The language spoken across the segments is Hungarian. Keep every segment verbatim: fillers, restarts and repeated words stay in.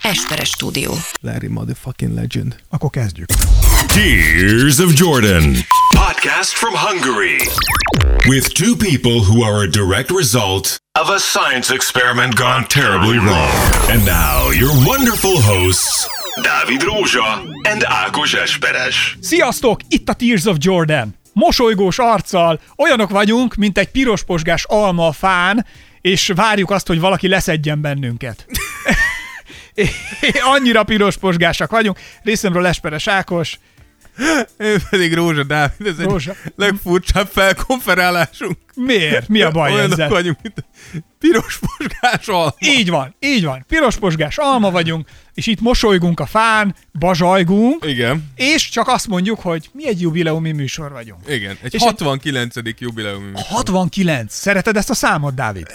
Esperes Stúdió. Larry motherfucking legend. Akkor kezdjük. Tears of Jordan. Podcast from Hungary. With two people who are a direct result of a science experiment gone terribly wrong. And now your wonderful hosts, Dávid Rózsa and Ákos Esperes. Sziasztok! Itt a Tears of Jordan. Mosolygós arccal olyanok vagyunk, mint egy pirosposgás alma a fán, és várjuk azt, hogy valaki leszedjen bennünket. Annyira pirosposgásak vagyunk. Részemről Esperes Ákos. Én pedig Rózsa Dávid, ez Rózsa. Egy legfurcsább felkonferálásunk. Miért? Mi a baj Olyanok ezzel? vagyunk, mint pirosposgás alma. Így van, így van. Pirosposgás alma vagyunk, és itt mosolygunk a fán, bazsajgunk, Igen. és csak azt mondjuk, hogy mi egy jubileumi műsor vagyunk. Igen, egy és hatvankilencedik jubileumi műsor. hatvankilenc. Szereted ezt a számot, Dávid?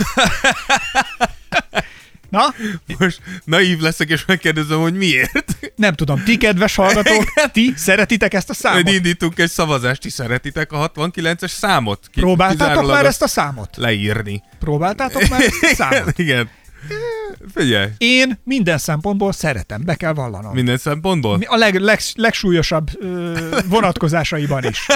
Na? Most naív leszek, és megkérdezem, hogy miért. Nem tudom, ti kedves hallgatók, ti szeretitek ezt a számot? Majd indítunk egy szavazást, ti szeretitek a hatvankilences számot? Ki- Próbáltátok már ezt a számot? leírni. Próbáltátok már ezt a számot? Igen. Figyelj. Én minden szempontból szeretem, be kell vallanom. Minden szempontból? A leg, leg, legsúlyosabb ö, vonatkozásaiban is.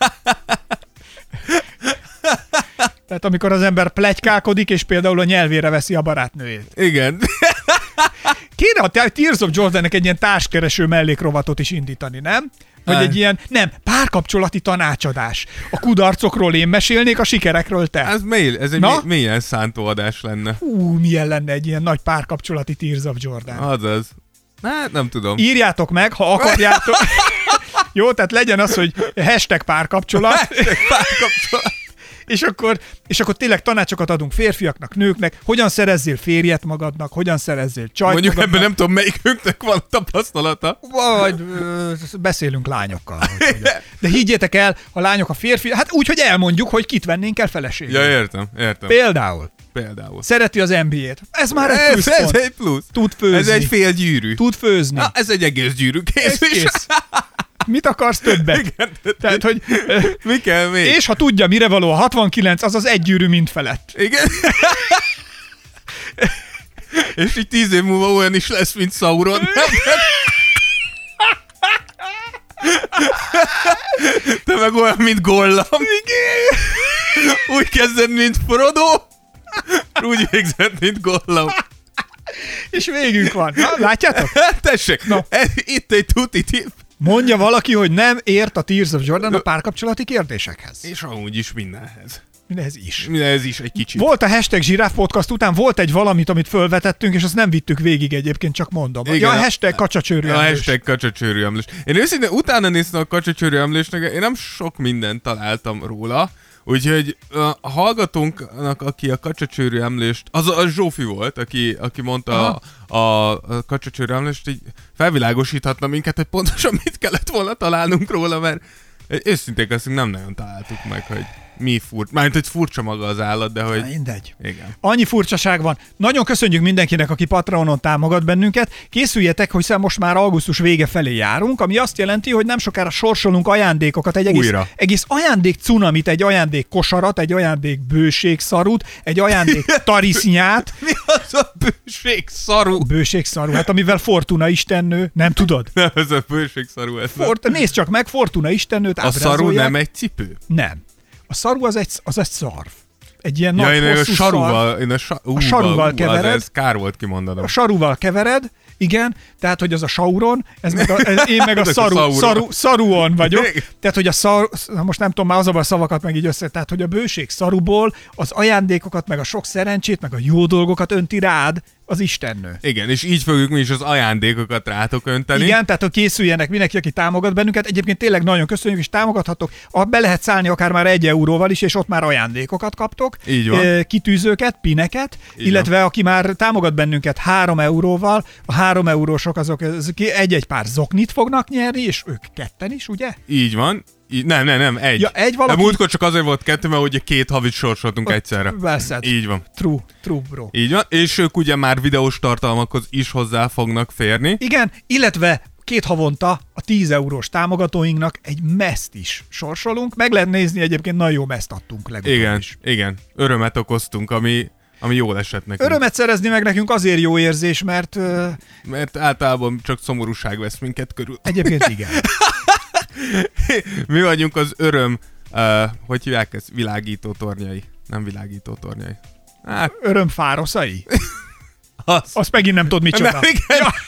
Tehát amikor az ember pletykálkodik, és például a nyelvére veszi a barátnőjét. Igen. Kéne a Tears of Jordannek egy ilyen társkereső mellékrovatot is indítani, nem? Vagy Á. egy ilyen, nem, párkapcsolati tanácsadás. A kudarcokról én mesélnék, a sikerekről te. Ez, mély, ez egy Na? mély, mélyen szántó adás lenne. Hú, milyen lenne egy ilyen nagy párkapcsolati Tears of Jordan. Azaz. Hát nem tudom. Írjátok meg, ha akarjátok. Jó, tehát legyen az, hogy hashtag párkapcsolat. Hashtag párkapcsolat. És akkor, és akkor tényleg tanácsokat adunk férfiaknak, nőknek, hogyan szerezzél férjet magadnak, hogyan szerezzél csajt Mondjuk magadnak. ebben nem tudom, melyikünknek van tapasztalata. Vagy ö, beszélünk lányokkal. Hogy, de higgyétek el, a lányok a férfi, hát úgy, hogy elmondjuk, hogy kit vennénk el feleségül. Ja, értem, értem. Például. Például. Szereti az en bé á-t. Ez már egy Ez, pluszpont. ez egy plusz. Tud főzni. Ez egy fél gyűrű. Tud főzni. Na, ez egy egész gyűrű. Kész. Ez kész. Mit akarsz többet? Igen, Tehát, hogy... Mi kell még? És ha tudja, mire való a hatvankilenc, az az egy gyűrű mind felett. Igen. És így tíz év múlva olyan is lesz, mint Sauron. Te meg olyan, mint Gollam. Igen. Úgy kezded, mint Frodo. Úgy végzed, mint Gollam. És végünk van. Na, látjátok? Tessék, Na. ez, itt egy tuti tipp. Mondja valaki, hogy nem ért a Tears of Jordan a párkapcsolati kérdésekhez. És amúgy is mindenhez. Mindez is. Mindenhez is egy kicsit. Volt a hashtag Zsiráf Podcast után, volt egy valamit, amit fölvetettünk, és azt nem vittük végig egyébként, csak mondom. Igen, ja, a a- hashtag kacsacsőrű A emlős. hashtag kacsacsőrű emlős. Én őszintén utána néztem a kacsacsőrű emlősnek, én nem sok mindent találtam róla, úgyhogy a hallgatónknak, aki a kacsacsőrű emlőst, az a Zsófi volt, aki, aki mondta a, a, a kacsacsőrű emlőst, így felvilágosíthatna minket, hogy pontosan mit kellett volna találnunk róla, mert őszintén azt nem nagyon találtuk meg, hogy mi furcsa. Mármint, hogy furcsa maga az állat, de hogy... Mindegy. Igen. Annyi furcsaság van. Nagyon köszönjük mindenkinek, aki Patreonon támogat bennünket. Készüljetek, hiszen most már augusztus vége felé járunk, ami azt jelenti, hogy nem sokára sorsolunk ajándékokat, egy egész, Újra. egész ajándék cunamit, egy ajándék kosarat, egy ajándék bőségszarút, egy ajándék tarisznyát. Mi az a bőség szarú? Bőségszarú, hát amivel Fortuna istennő, nem tudod? Nem, ez a bőség szarú. Ez Fort, nézd csak meg, Fortuna istennőt a szarú ábrázolják. nem egy cipő? Nem. A szarú az egy, az egy szarv. Egy ilyen Ja, nagy, én a hosszú sarúval, szarv. én a, sa, ú, A sarúval ú, kevered. Az, ez kár volt kimondanom. A sarúval kevered, igen, tehát, hogy az a Sauron, ez meg a, ez, én meg a, Ez a szaru, Sauron. szaru, szaruon vagyok. Igen. Tehát, hogy a szar, most nem tudom már az a szavakat meg így össze, tehát, hogy a bőség szaruból az ajándékokat, meg a sok szerencsét, meg a jó dolgokat önti rád az istennő. Igen, és így fogjuk mi is az ajándékokat rátok önteni. Igen, tehát hogy készüljenek mindenki, aki támogat bennünket. Egyébként tényleg nagyon köszönjük, és támogathatok. Be lehet szállni akár már egy euróval is, és ott már ajándékokat kaptok. Így van. E, kitűzőket, pineket, Így illetve van. aki már támogat bennünket három euróval, a három eurósok azok egy-egy pár zoknit fognak nyerni, és ők ketten is, ugye? Így van. Így, nem, nem, nem, egy. Ja, egy valaki- De múltkor csak azért volt kettő, mert ugye két havit sorsoltunk egyszerre. Veszed. Így van. True, true, bro. Így van, és ők ugye már videós tartalmakhoz is hozzá fognak férni. Igen, illetve két havonta a tíz eurós támogatóinknak egy meszt is sorsolunk. Meg lehet nézni, egyébként nagyon jó meszt adtunk legutóbb Igen, is. igen. Örömet okoztunk, ami Ami jól esett nekünk. Örömet szerezni meg nekünk azért jó érzés, mert... Uh... Mert általában csak szomorúság vesz minket körül. Egyébként igen. Mi vagyunk az öröm, uh, hogy hívják ezt? Világító tornyai. Nem világító tornyai. Hát... Öröm fároszai? Az. Azt megint nem tudod micsoda. Nem, igen. Ja.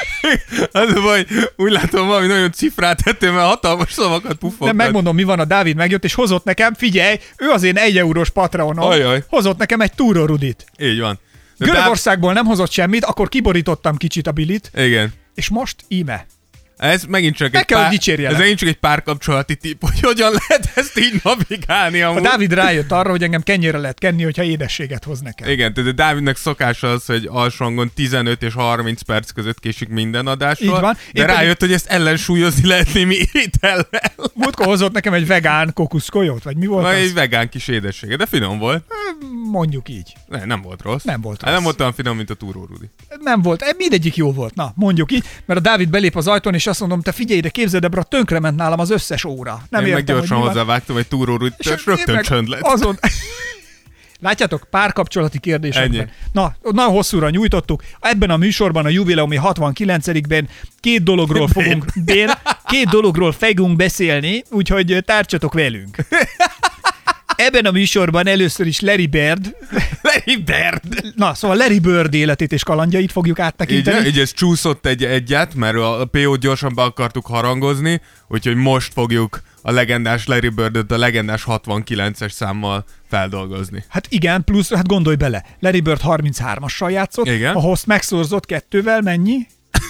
Az a baj, úgy látom, valami nagyon cifrát tettél, mert hatalmas szavakat puffogtad. Nem, megmondom, mi van, a Dávid megjött, és hozott nekem, figyelj, ő az én egy eurós Patreonom, Ajaj. hozott nekem egy Túró Rudit. Így van. De Görögországból nem hozott semmit, akkor kiborítottam kicsit a bilit. Igen. És most íme. Ez megint csak, Meg egy, kell, pár, ez megint csak egy párkapcsolati tipp, hogy hogyan lehet ezt így navigálni amúgy. A Dávid rájött arra, hogy engem kenyérre lehet kenni, hogyha édességet hoz nekem. Igen, tehát a Dávidnak szokása az, hogy alsóhangon tizenöt és harminc perc között késik minden adásról. Így van. De Én rájött, pedig... hogy ezt ellensúlyozni lehet némi étellel. Múltkor hozott nekem egy vegán kokuszkolyót, vagy mi volt Vagy az? egy vegán kis édessége, de finom volt. Mondjuk így. Ne, nem volt rossz. Nem volt rossz. Hát nem volt olyan finom, mint a Túró Rudi. Nem volt, mindegyik jó volt, na mondjuk így, mert a Dávid belép az ajtón, és azt mondom, te figyelj ide, képzeld, ebbre tönkrement nálam az összes óra. Nem Én meg értem, gyorsan hogy hozzávágtam egy Túró Rudit, és, és rögtön csönd lett. Azon... Látjátok, párkapcsolati kérdésekben. Ennyi. Na, nagyon hosszúra nyújtottuk. Ebben a műsorban, a jubileumi hatvankilencedikben két dologról fogunk, Bén, két dologról fogunk beszélni, úgyhogy tártsatok velünk. Ebben a műsorban először is Larry Bird. Larry Bird! Na, szóval Larry Bird életét és kalandjait fogjuk áttekinteni. Így, így ez csúszott egy egyet, mert a pé ó-t gyorsan be akartuk harangozni, úgyhogy most fogjuk a legendás Larry Birdet a legendás hatvankilences számmal feldolgozni. Hát igen, plusz, hát gondolj bele, Larry Bird harminchármassal játszott, igen. A host megszorzott kettővel, mennyi?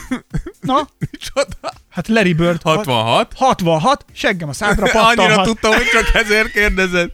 Na? Micsoda? Hát Larry Bird... hatvanhat. hatvanhat, seggem a szádra pattanhat. Annyira tudtam, hogy csak ezért kérdezed.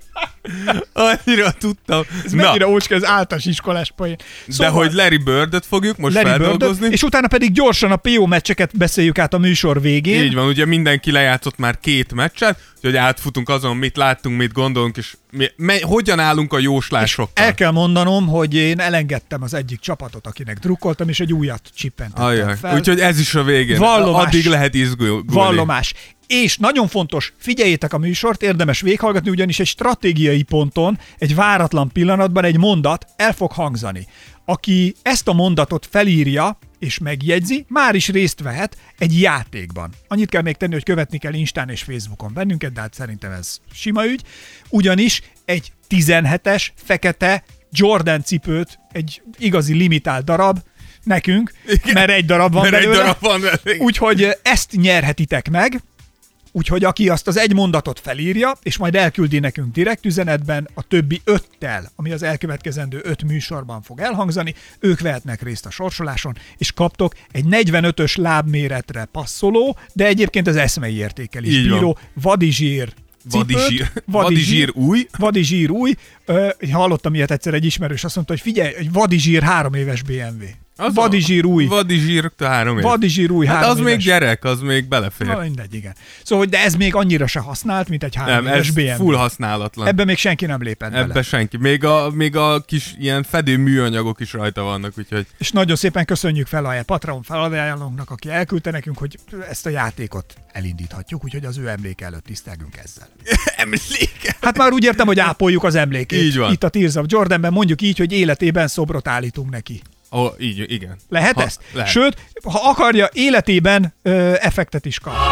Annyira tudtam. Ez mennyire ócska, ez általános iskolás poén. Szóval, de hogy Larry Birdet fogjuk most Larry feldolgozni. Birdet, és utána pedig gyorsan a pé ó meccseket beszéljük át a műsor végén. Így van, ugye mindenki lejátszott már két meccset, úgyhogy átfutunk azon, mit láttunk, mit gondolunk, és mi, me, hogyan állunk a jóslásokkal. El kell mondanom, hogy én elengedtem az egyik csapatot, akinek drukkoltam, és egy újat csippentettem Ajaj. fel. Úgyhogy ez is a végén. Vallomás. Addig lehet izgulni. Vallomás. És nagyon fontos, figyeljétek a műsort, érdemes véghallgatni, ugyanis egy stratégiai ponton, egy váratlan pillanatban egy mondat el fog hangzani. Aki ezt a mondatot felírja és megjegyzi, már is részt vehet egy játékban. Annyit kell még tenni, hogy követni kell Instán és Facebookon bennünket, de hát szerintem ez sima ügy. Ugyanis egy tizenhetes fekete Jordan cipőt, egy igazi limitált darab, nekünk, igen, mert egy darab van mert belőle. Egy darab van belőle. Úgyhogy ezt nyerhetitek meg. Úgyhogy aki azt az egy mondatot felírja, és majd elküldi nekünk direkt üzenetben a többi öttel, ami az elkövetkezendő öt műsorban fog elhangzani, ők vehetnek részt a sorsoláson, és kaptok egy negyvenötös lábméretre passzoló, de egyébként az eszmei értékkel is így bíró vadizsír cipőt. Vadizsír. Vadizsír új. Vadizsír új. Ö, hallottam ilyet egyszer, egy ismerős azt mondta, hogy figyelj, egy vadizsír három éves bé em vé. Az vadizsír új. Vadizsír három év. Vadizsír új hát három az éves. még gyerek, az még belefér. Na, mindegy, igen. Szóval, de ez még annyira se használt, mint egy három nem, éves ez bé em vé. full használatlan. Ebben még senki nem lépett Ebben bele. senki. Még a, még a kis ilyen fedő műanyagok is rajta vannak, úgyhogy... És nagyon szépen köszönjük fel a Patreon felajánlónknak, aki elküldte nekünk, hogy ezt a játékot elindíthatjuk, úgyhogy az ő emléke előtt tisztelgünk ezzel. Emléke? Hát már úgy értem, hogy ápoljuk az emlékét. Így van. Itt a Tears of Jordanben mondjuk így, hogy életében szobrot állítunk neki. Ó, oh, így, igen. Lehet ha, ezt? Lehet. Sőt, ha akarja, életében ö, effektet is kap.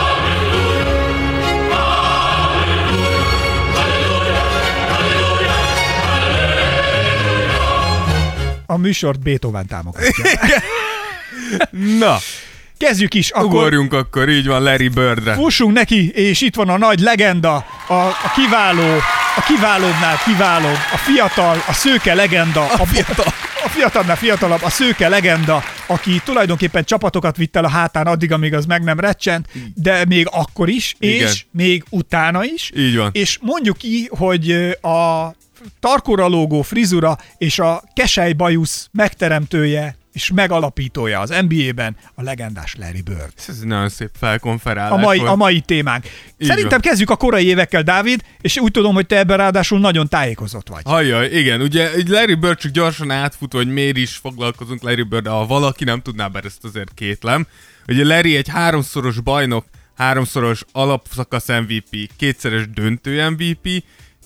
A műsort Beethoven támogatja. Na, kezdjük is. Akkor ugorjunk akkor, így van, Larry Birdre. Fussunk neki, és itt van a nagy legenda, a, a kiváló, a kiválóbbnál kiválóbb, a fiatal, a szőke legenda, a, a fiatal. A fiatalnál fiatalabb, a szőke legenda, aki tulajdonképpen csapatokat vitt el a hátán addig, amíg az meg nem recsent, de még akkor is, igen, és még utána is. Így van. És mondjuk ki, hogy a tarkóra lógó frizura és a kesely bajusz megteremtője és megalapítója az en bé á-ben a legendás Larry Bird. Ez nagyon szép felkonferálás A mai, volt. a mai témánk. Így Szerintem van. kezdjük a korai évekkel, Dávid, és úgy tudom, hogy te ebben ráadásul nagyon tájékozott vagy. Hajjaj, igen, ugye egy Larry Bird csak gyorsan átfut, hogy miért is foglalkozunk Larry Bird, de ha valaki nem tudná, bár ezt azért kétlem. Ugye Larry egy háromszoros bajnok, háromszoros alapszakasz em vé pé, kétszeres döntő em vé pé,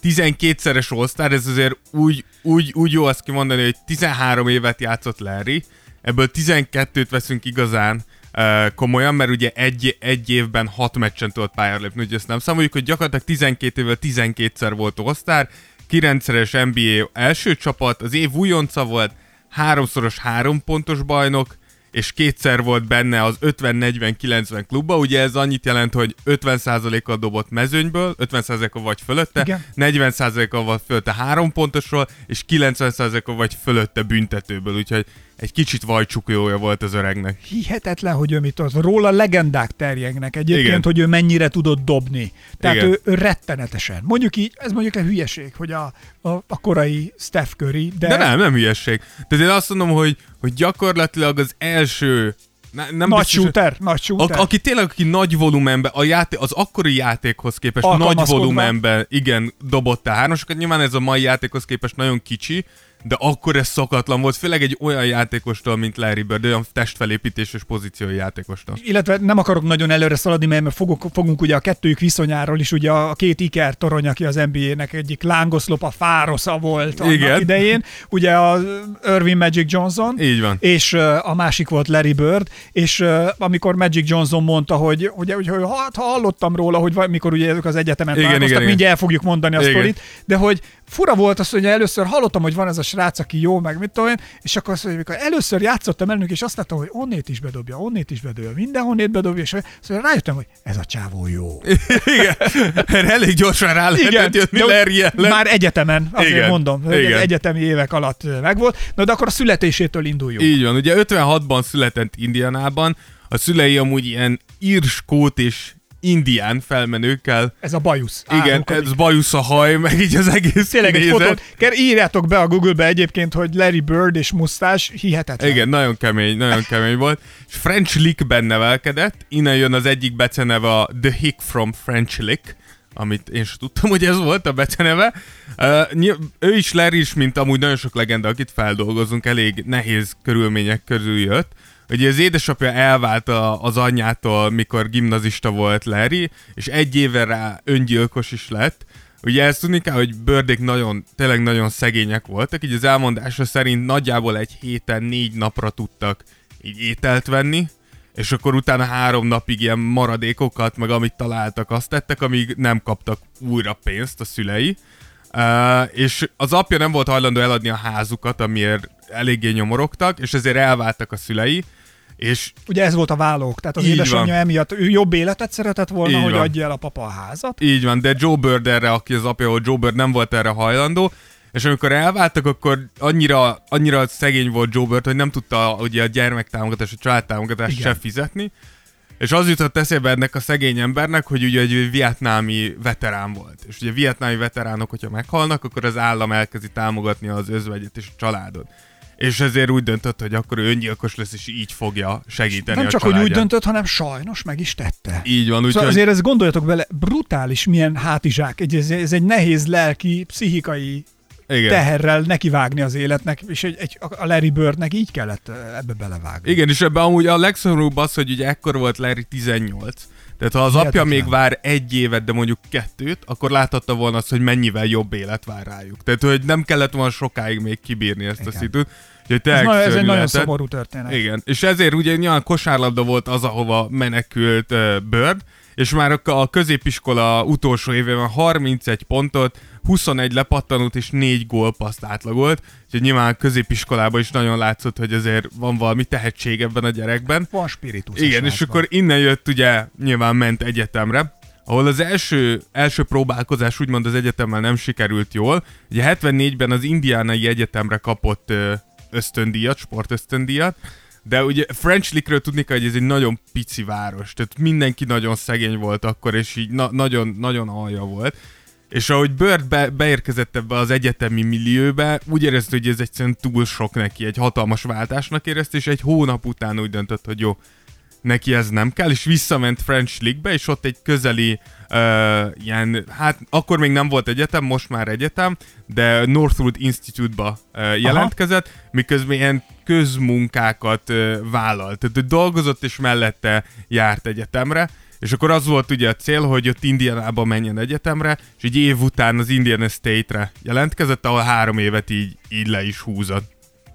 tizenkétszeres All-Star, ez azért úgy, úgy, úgy jó azt kimondani, hogy tizenhárom évet játszott Larry, ebből tizenkettőt veszünk igazán uh, komolyan, mert ugye egy, egy évben hat meccsen tudott pályára lépni, ugye ezt nem számoljuk, hogy gyakorlatilag tizenkét évvel tizenkétszer volt All-Star, kilencszeres en bé á első csapat, az év újonca volt, háromszoros három pontos bajnok, és kétszer volt benne az ötven negyven kilencven klubba, ugye ez annyit jelent, hogy ötven százalékkal dobott mezőnyből, ötven százalékkal vagy fölötte, igen. negyven százalékkal vagy fölötte három pontosról, és kilencven százalékkal vagy fölötte büntetőből, úgyhogy egy kicsit vajcsukjója volt az öregnek. Hihetetlen, hogy ő mit az. Róla legendák terjengnek egyébként, igen. hogy ő mennyire tudott dobni. Tehát ő, ő rettenetesen. Mondjuk így, ez mondjuk egy hülyeség, hogy a, a, a korai Steph Curry, de... De nem, nem hülyeség. Tehát én azt mondom, hogy, hogy gyakorlatilag az első... Ne, nem nagy biztos, shooter, nagy shooter. A, aki tényleg, aki nagy volumenben, a játék, az akkori játékhoz képest nagy volumenben, igen, dobott el hármasokat. Nyilván ez a mai játékhoz képest nagyon kicsi, de akkor ez szokatlan volt, főleg egy olyan játékostól, mint Larry Bird, olyan testfelépítéses pozíciói játékostól. Illetve nem akarok nagyon előre szaladni, mert fogunk, fogunk ugye a kettőjük viszonyáról is, ugye a két Iker torony, aki az en bé á-nek egyik lángoszlop, a fárosza volt annak igen. idején, ugye a Irving Magic Johnson, így van. És uh, a másik volt Larry Bird, és uh, amikor Magic Johnson mondta, hogy ugye, hogy, hogy hát, hallottam róla, hogy mikor ugye ezek az egyetemen találkoztak, mindjárt el fogjuk mondani a igen. sztorit, de hogy fura volt az, hogy először hallottam, hogy van ez a srác, aki jó, meg mit tudom én, és akkor azt mondja, amikor először játszottam ellenük, és azt láttam, hogy onnét is bedobja, onnét is bedobja, mindenhonnét bedobja, és szóval rájöttem, hogy ez a csávó jó. Igen, elég gyorsan rá lehetett jönni Larry ellen. Már egyetemen, azért igen. mondom, hogy egyetemi évek alatt megvolt. Na de akkor a születésétől induljunk. Így van, ugye ötvenhatban született Indianában, a szülei amúgy ilyen ír, skót és indián felmenőkkel. Ez a bajusz. Igen, ez így. Bajusz a haj, meg így az egész tényleg egy fotót. Írjátok be a Google-be egyébként, hogy Larry Bird és musztás, hihetetlen. Igen, nagyon kemény, nagyon kemény volt. És French Lickben nevelkedett, innen jön az egyik beceneve a The Hick from French Lick, amit én sem tudtam, hogy ez volt a beceneve. Uh, ő is, Larry is, mint amúgy nagyon sok legenda, akit feldolgozunk, elég nehéz körülmények közül jött. Ugye az édesapja elvált a, az anyjától, mikor gimnazista volt Larry, és egy éve rá öngyilkos is lett. Ugye ezt tudni kell, hogy Birdék nagyon, tényleg nagyon szegények voltak, így az elmondása szerint nagyjából egy héten négy napra tudtak így ételt venni, és akkor utána három napig ilyen maradékokat, meg amit találtak, azt tettek, amíg nem kaptak újra pénzt a szülei. Uh, és az apja nem volt hajlandó eladni a házukat, amiért eléggé nyomorogtak, és ezért elváltak a szülei, és... Ugye ez volt a vállók, tehát az édesanyja emiatt ő jobb életet szeretett volna, így hogy van. Adja el a papa a házat. Így van, de Joe Bird erre, aki az apja volt, Joe Bird nem volt erre hajlandó, és amikor elváltak, akkor annyira, annyira szegény volt Joe Bird, hogy nem tudta ugye a gyermektámogatást, a családtámogatást se fizetni, és az jutott eszébe ennek a szegény embernek, hogy ugye egy vietnámi veterán volt. És ugye vietnámi veteránok, hogyha meghalnak, akkor az állam elkezdi támogatni az özvegyet és a családot. És ezért úgy döntött, hogy akkor ő öngyilkos lesz, és így fogja segíteni nem a csak, családját. hogy úgy döntött, hanem sajnos meg is tette. Így van. Úgy, szóval hogy... azért ezt gondoljatok bele, brutális milyen hátizsák. Ez, ez egy nehéz lelki, pszichikai igen. teherrel nekivágni az életnek, és egy, egy, a Larry Birdnek így kellett ebbe belevágni. Igen, és ebben amúgy a legszomorúbb az, hogy ugye ekkor volt Larry tizennyolc. Tehát ha az hihetetlen. Apja még vár egy évet, de mondjuk kettőt, akkor láthatta volna azt, hogy mennyivel jobb élet vár rájuk. Tehát, hogy nem kellett volna sokáig még kibírni ezt igen. a szitut. Ez, na, ez egy nagyon szomorú történet. Igen, és ezért ugye nyilván kosárlabda volt az, ahova menekült uh, Bird, és már a középiskola utolsó évében harmincegy pontot, huszonegy lepattanót és négy gólpasszt átlagolt, úgyhogy nyilván középiskolában is nagyon látszott, hogy azért van valami tehetség ebben a gyerekben. Van spiritus. Igen, és akkor innen jött ugye, nyilván ment egyetemre, ahol az első, első próbálkozás úgymond az egyetemmel nem sikerült jól. Ugye hetvennégyben az Indiánai Egyetemre kapott ö, ösztöndíjat, sportösztöndíjat, de ugye French Lickről tudni kell, hogy ez egy nagyon pici város, tehát mindenki nagyon szegény volt akkor, és így na- nagyon, nagyon alja volt. És ahogy Bird be- beérkezett ebbe az egyetemi millióbe, úgy érezte, hogy ez egyszerűen túl sok neki, egy hatalmas váltásnak érezte, és egy hónap után úgy döntött, hogy jó, neki ez nem kell, és visszament French League-be, és ott egy közeli uh, ilyen, hát akkor még nem volt egyetem, most már egyetem, de Northwood Institute-ba uh, jelentkezett, aha. miközben ilyen közmunkákat uh, vállalt. Tehát ő dolgozott, és mellette járt egyetemre, és akkor az volt ugye a cél, hogy ott Indianába menjen egyetemre, és egy év után az Indiana State-re jelentkezett, ahol három évet így, így le is húzott.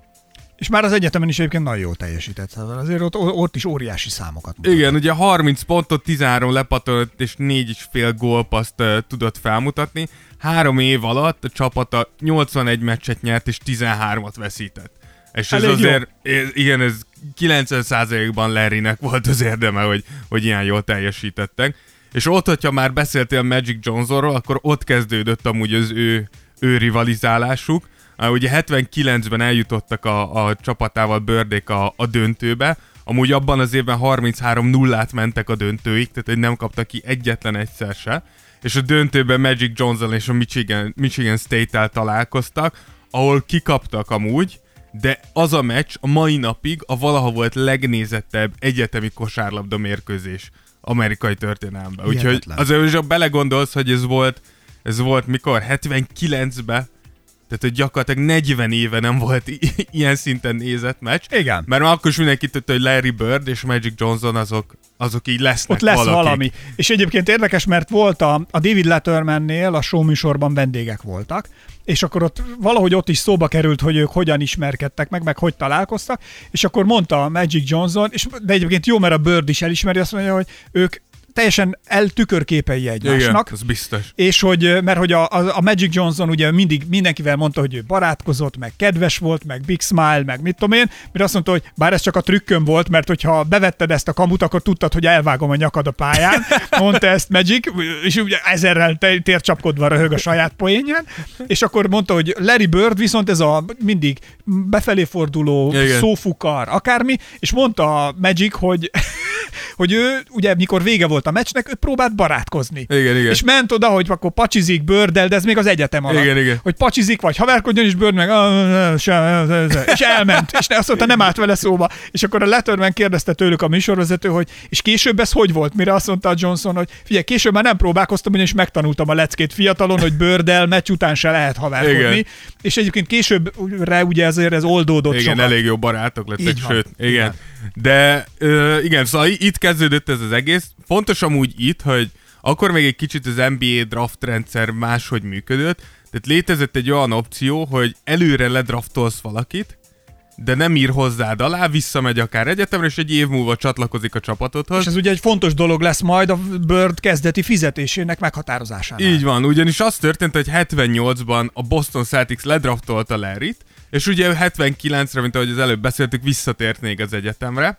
És már az egyetemen is egyébként nagyon jól teljesített, azért ott, ott is óriási számokat mutat. Igen, ugye harminc pontot, tizenhárom lepatolt és négy és fél gólpaszt uh, tudott felmutatni. Három év alatt a csapata nyolcvanegy meccset nyert és tizenhármat veszített. És ez elég azért, ez, igen, ez kilencven százalékban Larrynek volt az érdeme, hogy, hogy ilyen jól teljesítettek. És ott, hogyha már beszéltél Magic Johnsonról, akkor ott kezdődött amúgy az ő, ő rivalizálásuk. Uh, ugye hetvenkilencben eljutottak a, a csapatával Birdék a, a döntőbe, amúgy abban az évben harminchárom nullát mentek a döntőig, tehát hogy nem kaptak ki egyetlen egyszer se, és a döntőben Magic Johnson és a Michigan, Michigan State-tel találkoztak, ahol kikaptak amúgy, de az a meccs a mai napig a valaha volt legnézettebb egyetemi kosárlabda mérkőzés amerikai történelemben. Úgyhogy azért, ha belegondolsz, hogy ez volt, ez volt mikor? hetvenkilencben, tehát, hogy gyakorlatilag negyven éve nem volt i- ilyen szinten nézett meccs. Igen. Mert már akkor is mindenki tudta, hogy Larry Bird és Magic Johnson azok, azok így lesznek. Ott lesz valakik. valami. És egyébként érdekes, mert volt a, a David Lettermannél a show műsorban vendégek voltak, és akkor ott valahogy ott is szóba került, hogy ők hogyan ismerkedtek meg, meg hogy találkoztak, és akkor mondta a Magic Johnson, és, de egyébként jó, mert a Bird is elismeri, azt mondja, hogy ők teljesen eltükörképei egymásnak. Igen, az biztos. És hogy, mert hogy a, a, a Magic Johnson ugye mindig mindenkivel mondta, hogy ő barátkozott, meg kedves volt, meg big smile, meg mit tudom én, mert azt mondta, hogy bár ez csak a trükköm volt, mert hogyha bevetted ezt a kamut, akkor tudtad, hogy elvágom a nyakad a pályán, mondta ezt Magic, és ugye ezerrel tércsapkodva röhög a saját poénján, és akkor mondta, hogy Larry Bird viszont ez a mindig befelé forduló igen. szófukar, akármi, és mondta a Magic, hogy hogy ő, ugye mikor vége volt a meccsnek, ő próbált barátkozni. Igen, igen. És ment oda, hogy akkor pacsizik Birddel, de ez még az egyetem alatt. Igen, igen. Hogy pacsizik, vagy haverkodjon, és Bird meg és elment, és azt mondta, nem állt vele szóba. És akkor a Letterman kérdezte tőlük a műsorvezető, hogy és később ez hogy volt? Mire azt mondta a Johnson, hogy figyelj, később már nem próbálkoztam, és megtanultam a leckét fiatalon, hogy Birddel meccs után se lehet haverkodni. Igen. És egyébként későbbre ugye ezért ez oldódott igen, sokat. elég jó barátok lettek, Így sőt, van. igen. Igen. De uh, igen, szóval itt kezdődött ez az egész. Fontos amúgy itt, hogy akkor még egy kicsit az en bé á draft rendszer máshogy működött, tehát létezett egy olyan opció, hogy előre ledraftolsz valakit, de nem ír hozzád alá, visszamegy akár egyetemre, és egy év múlva csatlakozik a csapatodhoz. És ez ugye egy fontos dolog lesz majd a Bird kezdeti fizetésének meghatározásánál. Így van, ugyanis az történt, hogy hetvennyolcban a Boston Celtics ledraftolta Larryt, és ugye ő hetvenkilencre, mint ahogy az előbb beszéltük, visszatért még az egyetemre,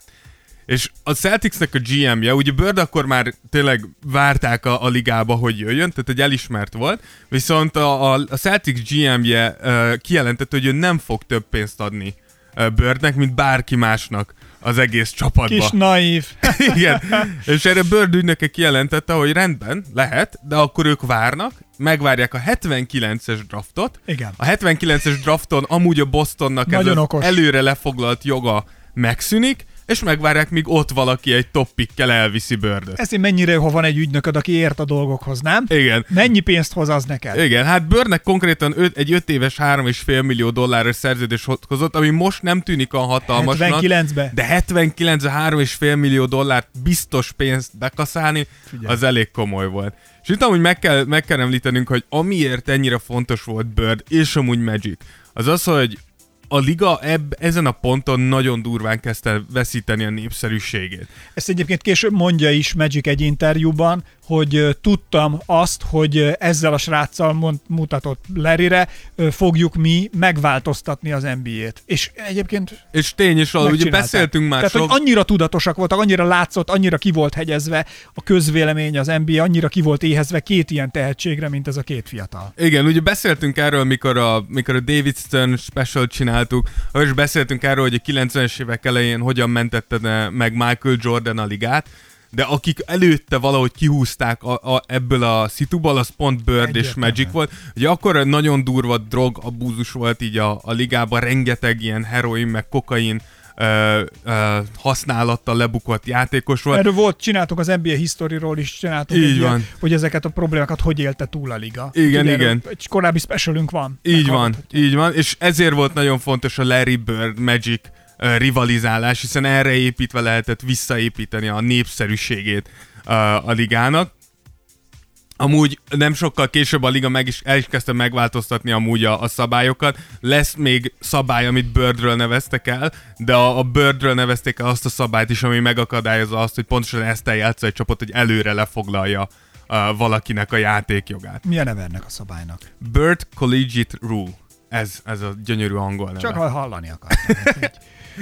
és a Celticsnek a gé em-je, ugye Bird akkor már tényleg várták a, a ligába, hogy jöjjön, tehát egy elismert volt, viszont a, a, a Celtics gé em-je uh, kijelentette, hogy ő nem fog több pénzt adni uh, Birdnek, mint bárki másnak az egész csapatba. Kis naív. Igen, és erre Bird ügynöke kijelentette, hogy rendben, lehet, de akkor ők várnak, megvárják a hetvenkilences draftot. Igen. A hetvenkilences drafton amúgy a Bostonnak ez az előre lefoglalt joga megszűnik, és megvárják, míg ott valaki egy top pickkel elviszi Birdöt. Ezért mennyire, ha van egy ügynököd, aki ért a dolgokhoz, nem? Igen. Mennyi pénzt hoz az neked? Igen, hát Birdnek konkrétan öt, egy öt éves három és fél millió dolláros szerződés hozott, ami most nem tűnik olyan hatalmasnak. hetvenkilencben. De hetvenkilencben három és fél millió dollárt biztos pénzt bekaszálni, Figyelj. az elég komoly volt. És itt amúgy meg kell, meg kell említenünk, hogy amiért ennyire fontos volt Bird, és amúgy Magic, az az, hogy a liga ebb, ezen a ponton nagyon durván kezdte veszíteni a népszerűségét. Ezt egyébként később mondja is Magic egy interjúban, hogy uh, tudtam azt, hogy uh, ezzel a sráccal mond, mutatott Larryre uh, fogjuk mi megváltoztatni az en bé á-t. És egyébként És tény is, ugye beszéltünk már Tehát, sok... hogy annyira tudatosak voltak, annyira látszott, annyira ki volt hegyezve a közvélemény, az en bé á, annyira ki volt éhezve két ilyen tehetségre, mint ez a két fiatal. Igen, ugye beszéltünk erről, mikor a, mikor a David Stern special csináltuk, és beszéltünk erről, hogy a kilencvenes évek elején hogyan mentette meg Michael Jordan a ligát, de akik előtte valahogy kihúzták a, a, ebből a szituból, az pont Bird Egyetlen. és Magic volt. Ugye akkor nagyon durva drogabúzus volt így a, a ligában, rengeteg ilyen heroin, meg kokain ö, ö, használattal lebukott játékos volt. Erről volt, csináltuk az en bé á Historyról is, csináltuk így egy van. Ilyen, hogy ezeket a problémákat hogy élte túl a liga. Igen, ugye igen. Egy korábbi specialünk van. Így van, így van, és ezért volt nagyon fontos a Larry Bird Magic rivalizálás, hiszen erre építve lehetett visszaépíteni a népszerűségét uh, a ligának. Amúgy nem sokkal később a liga meg is, el is kezdte megváltoztatni amúgy a, a szabályokat. Lesz még szabály, amit Birdről neveztek el, de a, a Birdről nevezték el azt a szabályt is, ami megakadályozza azt, hogy pontosan ezt eljátszza egy csapat, hogy előre lefoglalja uh, valakinek a játékjogát. Mi a neve ennek a szabálynak? Bird Collegiate Rule. Ez, ez a gyönyörű angol neve. Csak ha hallani akartam.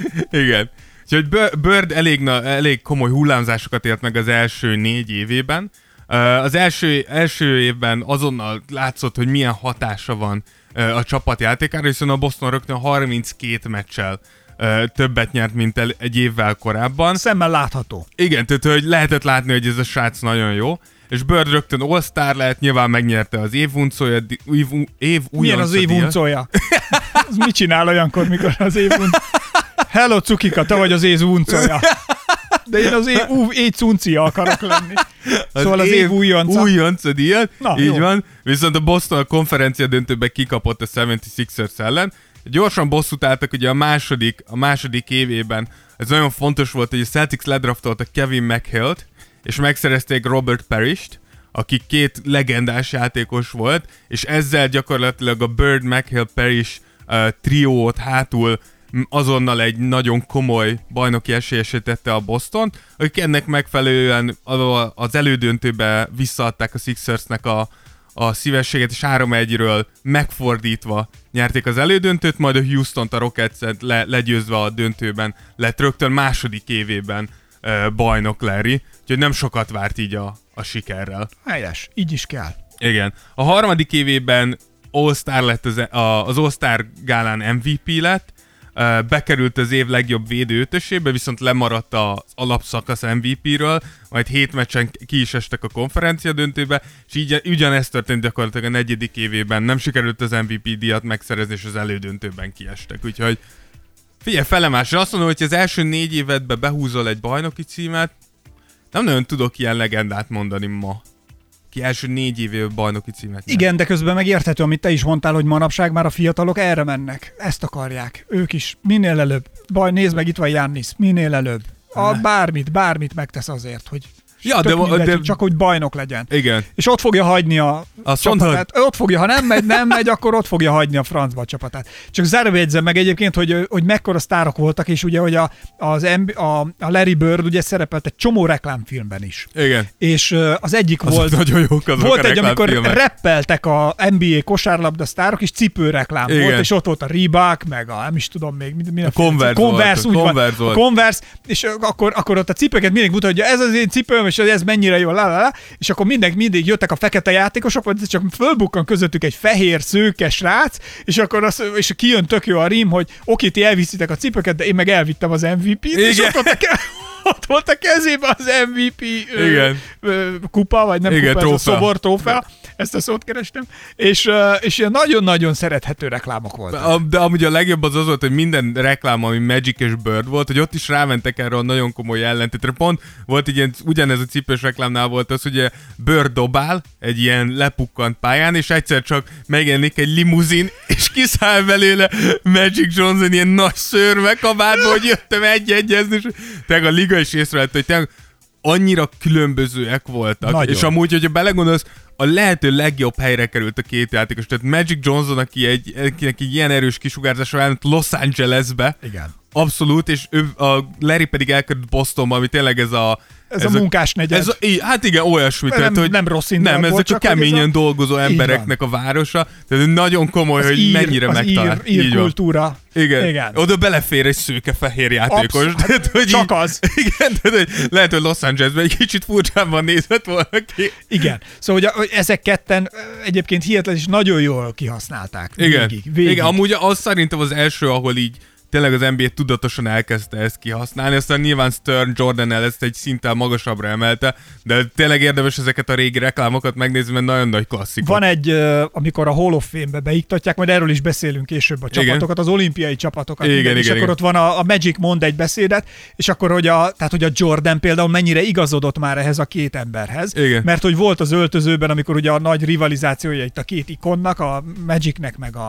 Igen. Úgyhogy Bird elég, na, elég komoly hullámzásokat élt meg az első négy évében. Uh, az első, első évben azonnal látszott, hogy milyen hatása van uh, a csapatjátékára, hiszen a Boston rögtön harminckét meccsel uh, többet nyert, mint el, egy évvel korábban. Szemmel látható. Igen, tehát hogy lehetett látni, hogy ez a srác nagyon jó. És Bird rögtön All-Star lett, nyilván megnyerte az év uncója, év, év Milyen az év uncója? Az mit csinál olyankor, mikor az év uncója? Hello, Cukika, te vagy az év uncója. De én az év, ú, év cuncia akarok lenni. Az szóval az év, év újonca. Újonca díjat, így jó. van. Viszont a Boston a konferencia döntőben kikapott a hetvenhatos ellen. Gyorsan bosszút álltak ugye a második, a második évében. Ez nagyon fontos volt, hogy a Celtics ledraftolta Kevin McHale-t, és megszerezték Robert Parrish-t, aki két legendás játékos volt, és ezzel gyakorlatilag a Bird, McHale, Parrish uh, triót hátul azonnal egy nagyon komoly bajnoki esélyesé tette a Boston, akik ennek megfelelően az elődöntőbe visszaadták a Sixersnek a, a szívességet, és három egyről megfordítva nyerték az elődöntőt, majd a Houstont, a Rockets-et le, legyőzve a döntőben lett rögtön második évében uh, bajnok Larry, úgyhogy nem sokat várt így a, a sikerrel. Helyes, így is kell. Igen. A harmadik évében All-Star lett az, a, az All-Star gálán em vé pé lett, Uh, bekerült az év legjobb védő ötösébe, viszont lemaradt az alapszakasz em vé péről, majd hét meccsen ki is estek a konferencia döntőbe, és így ugyanezt történt gyakorlatilag a negyedik évében. Nem sikerült az em vé pé díjat megszerezni, és az elődöntőben kiestek. Úgyhogy figyelj, felemásra azt mondom, hogy az első négy évedben behúzol egy bajnoki címet, nem nagyon tudok ilyen legendát mondani ma. Ki első négy évében bajnoki címet nyert. Igen, de közben megérthető, amit te is mondtál, hogy manapság már a fiatalok erre mennek. Ezt akarják. Ők is minél előbb. Baj, nézd meg, itt van Giannis. Minél előbb. A bármit, bármit megtesz azért, hogy ja, de, mindegy, de... csak hogy bajnok legyen. Igen. És ott fogja hagyni a Azt csapatát. mondod? Ott fogja, ha nem megy, nem megy, akkor ott fogja hagyni a francba a csapatát. Csak zárva jegyzem meg egyébként, hogy, hogy mekkora sztárok voltak, és ugye, hogy a, az M- a, a Larry Bird ugye szerepelt egy csomó reklámfilmben is. Igen. És az egyik azok volt... nagyon jók azok volt a egy, amikor reklámfilmek. rappeltek a en bé á kosárlabda sztárok, és cipőreklám Igen. volt, és ott volt a Reebok, meg a nem is tudom még, a Converse, Converse, volt, úgy Converse van, volt. a Converse, és akkor, akkor ott a cipőket mindig mutatja, hogy ez az én cipőm, és ez mennyire jó, lá, lá, lá. És akkor mindig, mindig jöttek a fekete játékosok, vagy csak fölbukkan közöttük egy fehér, szőke srác, és akkor az, és kijön tök jó a rím, hogy oké, ti elviszitek a cipőket, de én meg elvittem az em vé pét, és ott volt a, ke- ott volt a kezében az em vé pé ö, ö, kupa, vagy nem Igen, kupa, trófea. ez a szobor trófea, ezt a szót kerestem, és, és ilyen nagyon-nagyon szerethető reklámok voltak. A, de amúgy a legjobb az az volt, hogy minden reklám, ami Magic és Bird volt, hogy ott is rámentek erre a nagyon komoly ellentétre. Pont volt egy ilyen, ugyanez a cipős reklámnál volt az, hogy Bird dobál egy ilyen lepukkant pályán, és egyszer csak megjelenik egy limuzin, és kiszáll belőle Magic Johnson ilyen nagy szőrme kabátba, hogy jöttem egy-egyezni, és tényleg a liga is észrevett, hogy tényleg annyira különbözőek voltak. Nagyon. És amúgy, hogyha belegondolsz, a lehető legjobb helyre került a két játékos. Tehát Magic Johnson, aki egy, akinek egy ilyen erős kisugárzása van, Los Angelesbe. Igen. Abszolút, és ő, a Larry pedig elkerült Bostonba, ami tényleg ez a... Ez, ez a munkás negyed. Ez a, hát igen, olyasmi. Nem, tehát, hogy nem rossz Nem, ez volt, csak csak keményen ez a... dolgozó embereknek a városa. Tehát nagyon komoly, az hogy ír, mennyire az megtalált. ír, ír kultúra. Igen. Igen. Oda belefér egy szőke-fehér játékos. Absz- tehát, hogy csak így, az. Igen, tehát, hogy lehet, hogy Los Angelesben egy kicsit furcsában nézett volna ki. Igen. Szóval, hogy, hogy ezek ketten egyébként hihetetlen és nagyon jól kihasználták. Igen. Végig, végig. Igen, amúgy az szerintem az első, ahol így tényleg az en bé á tudatosan elkezdte ezt kihasználni, aztán nyilván Stern Jordan-el ezt egy szinten magasabbra emelte, de tényleg érdemes ezeket a régi reklámokat megnézni, mert nagyon nagy klasszikok. Van egy, amikor a Hall of Fame-be beiktatják, majd erről is beszélünk később a csapatokat, igen. Az olimpiai csapatokat. Igen, minden, igen, és igen. akkor ott van a, a Magic mond egy beszédet, és akkor, hogy a, tehát, hogy a Jordan például mennyire igazodott már ehhez a két emberhez, igen. Mert hogy volt az öltözőben, amikor ugye a nagy rivalizációja itt a két ikonnak, a Magicnek meg a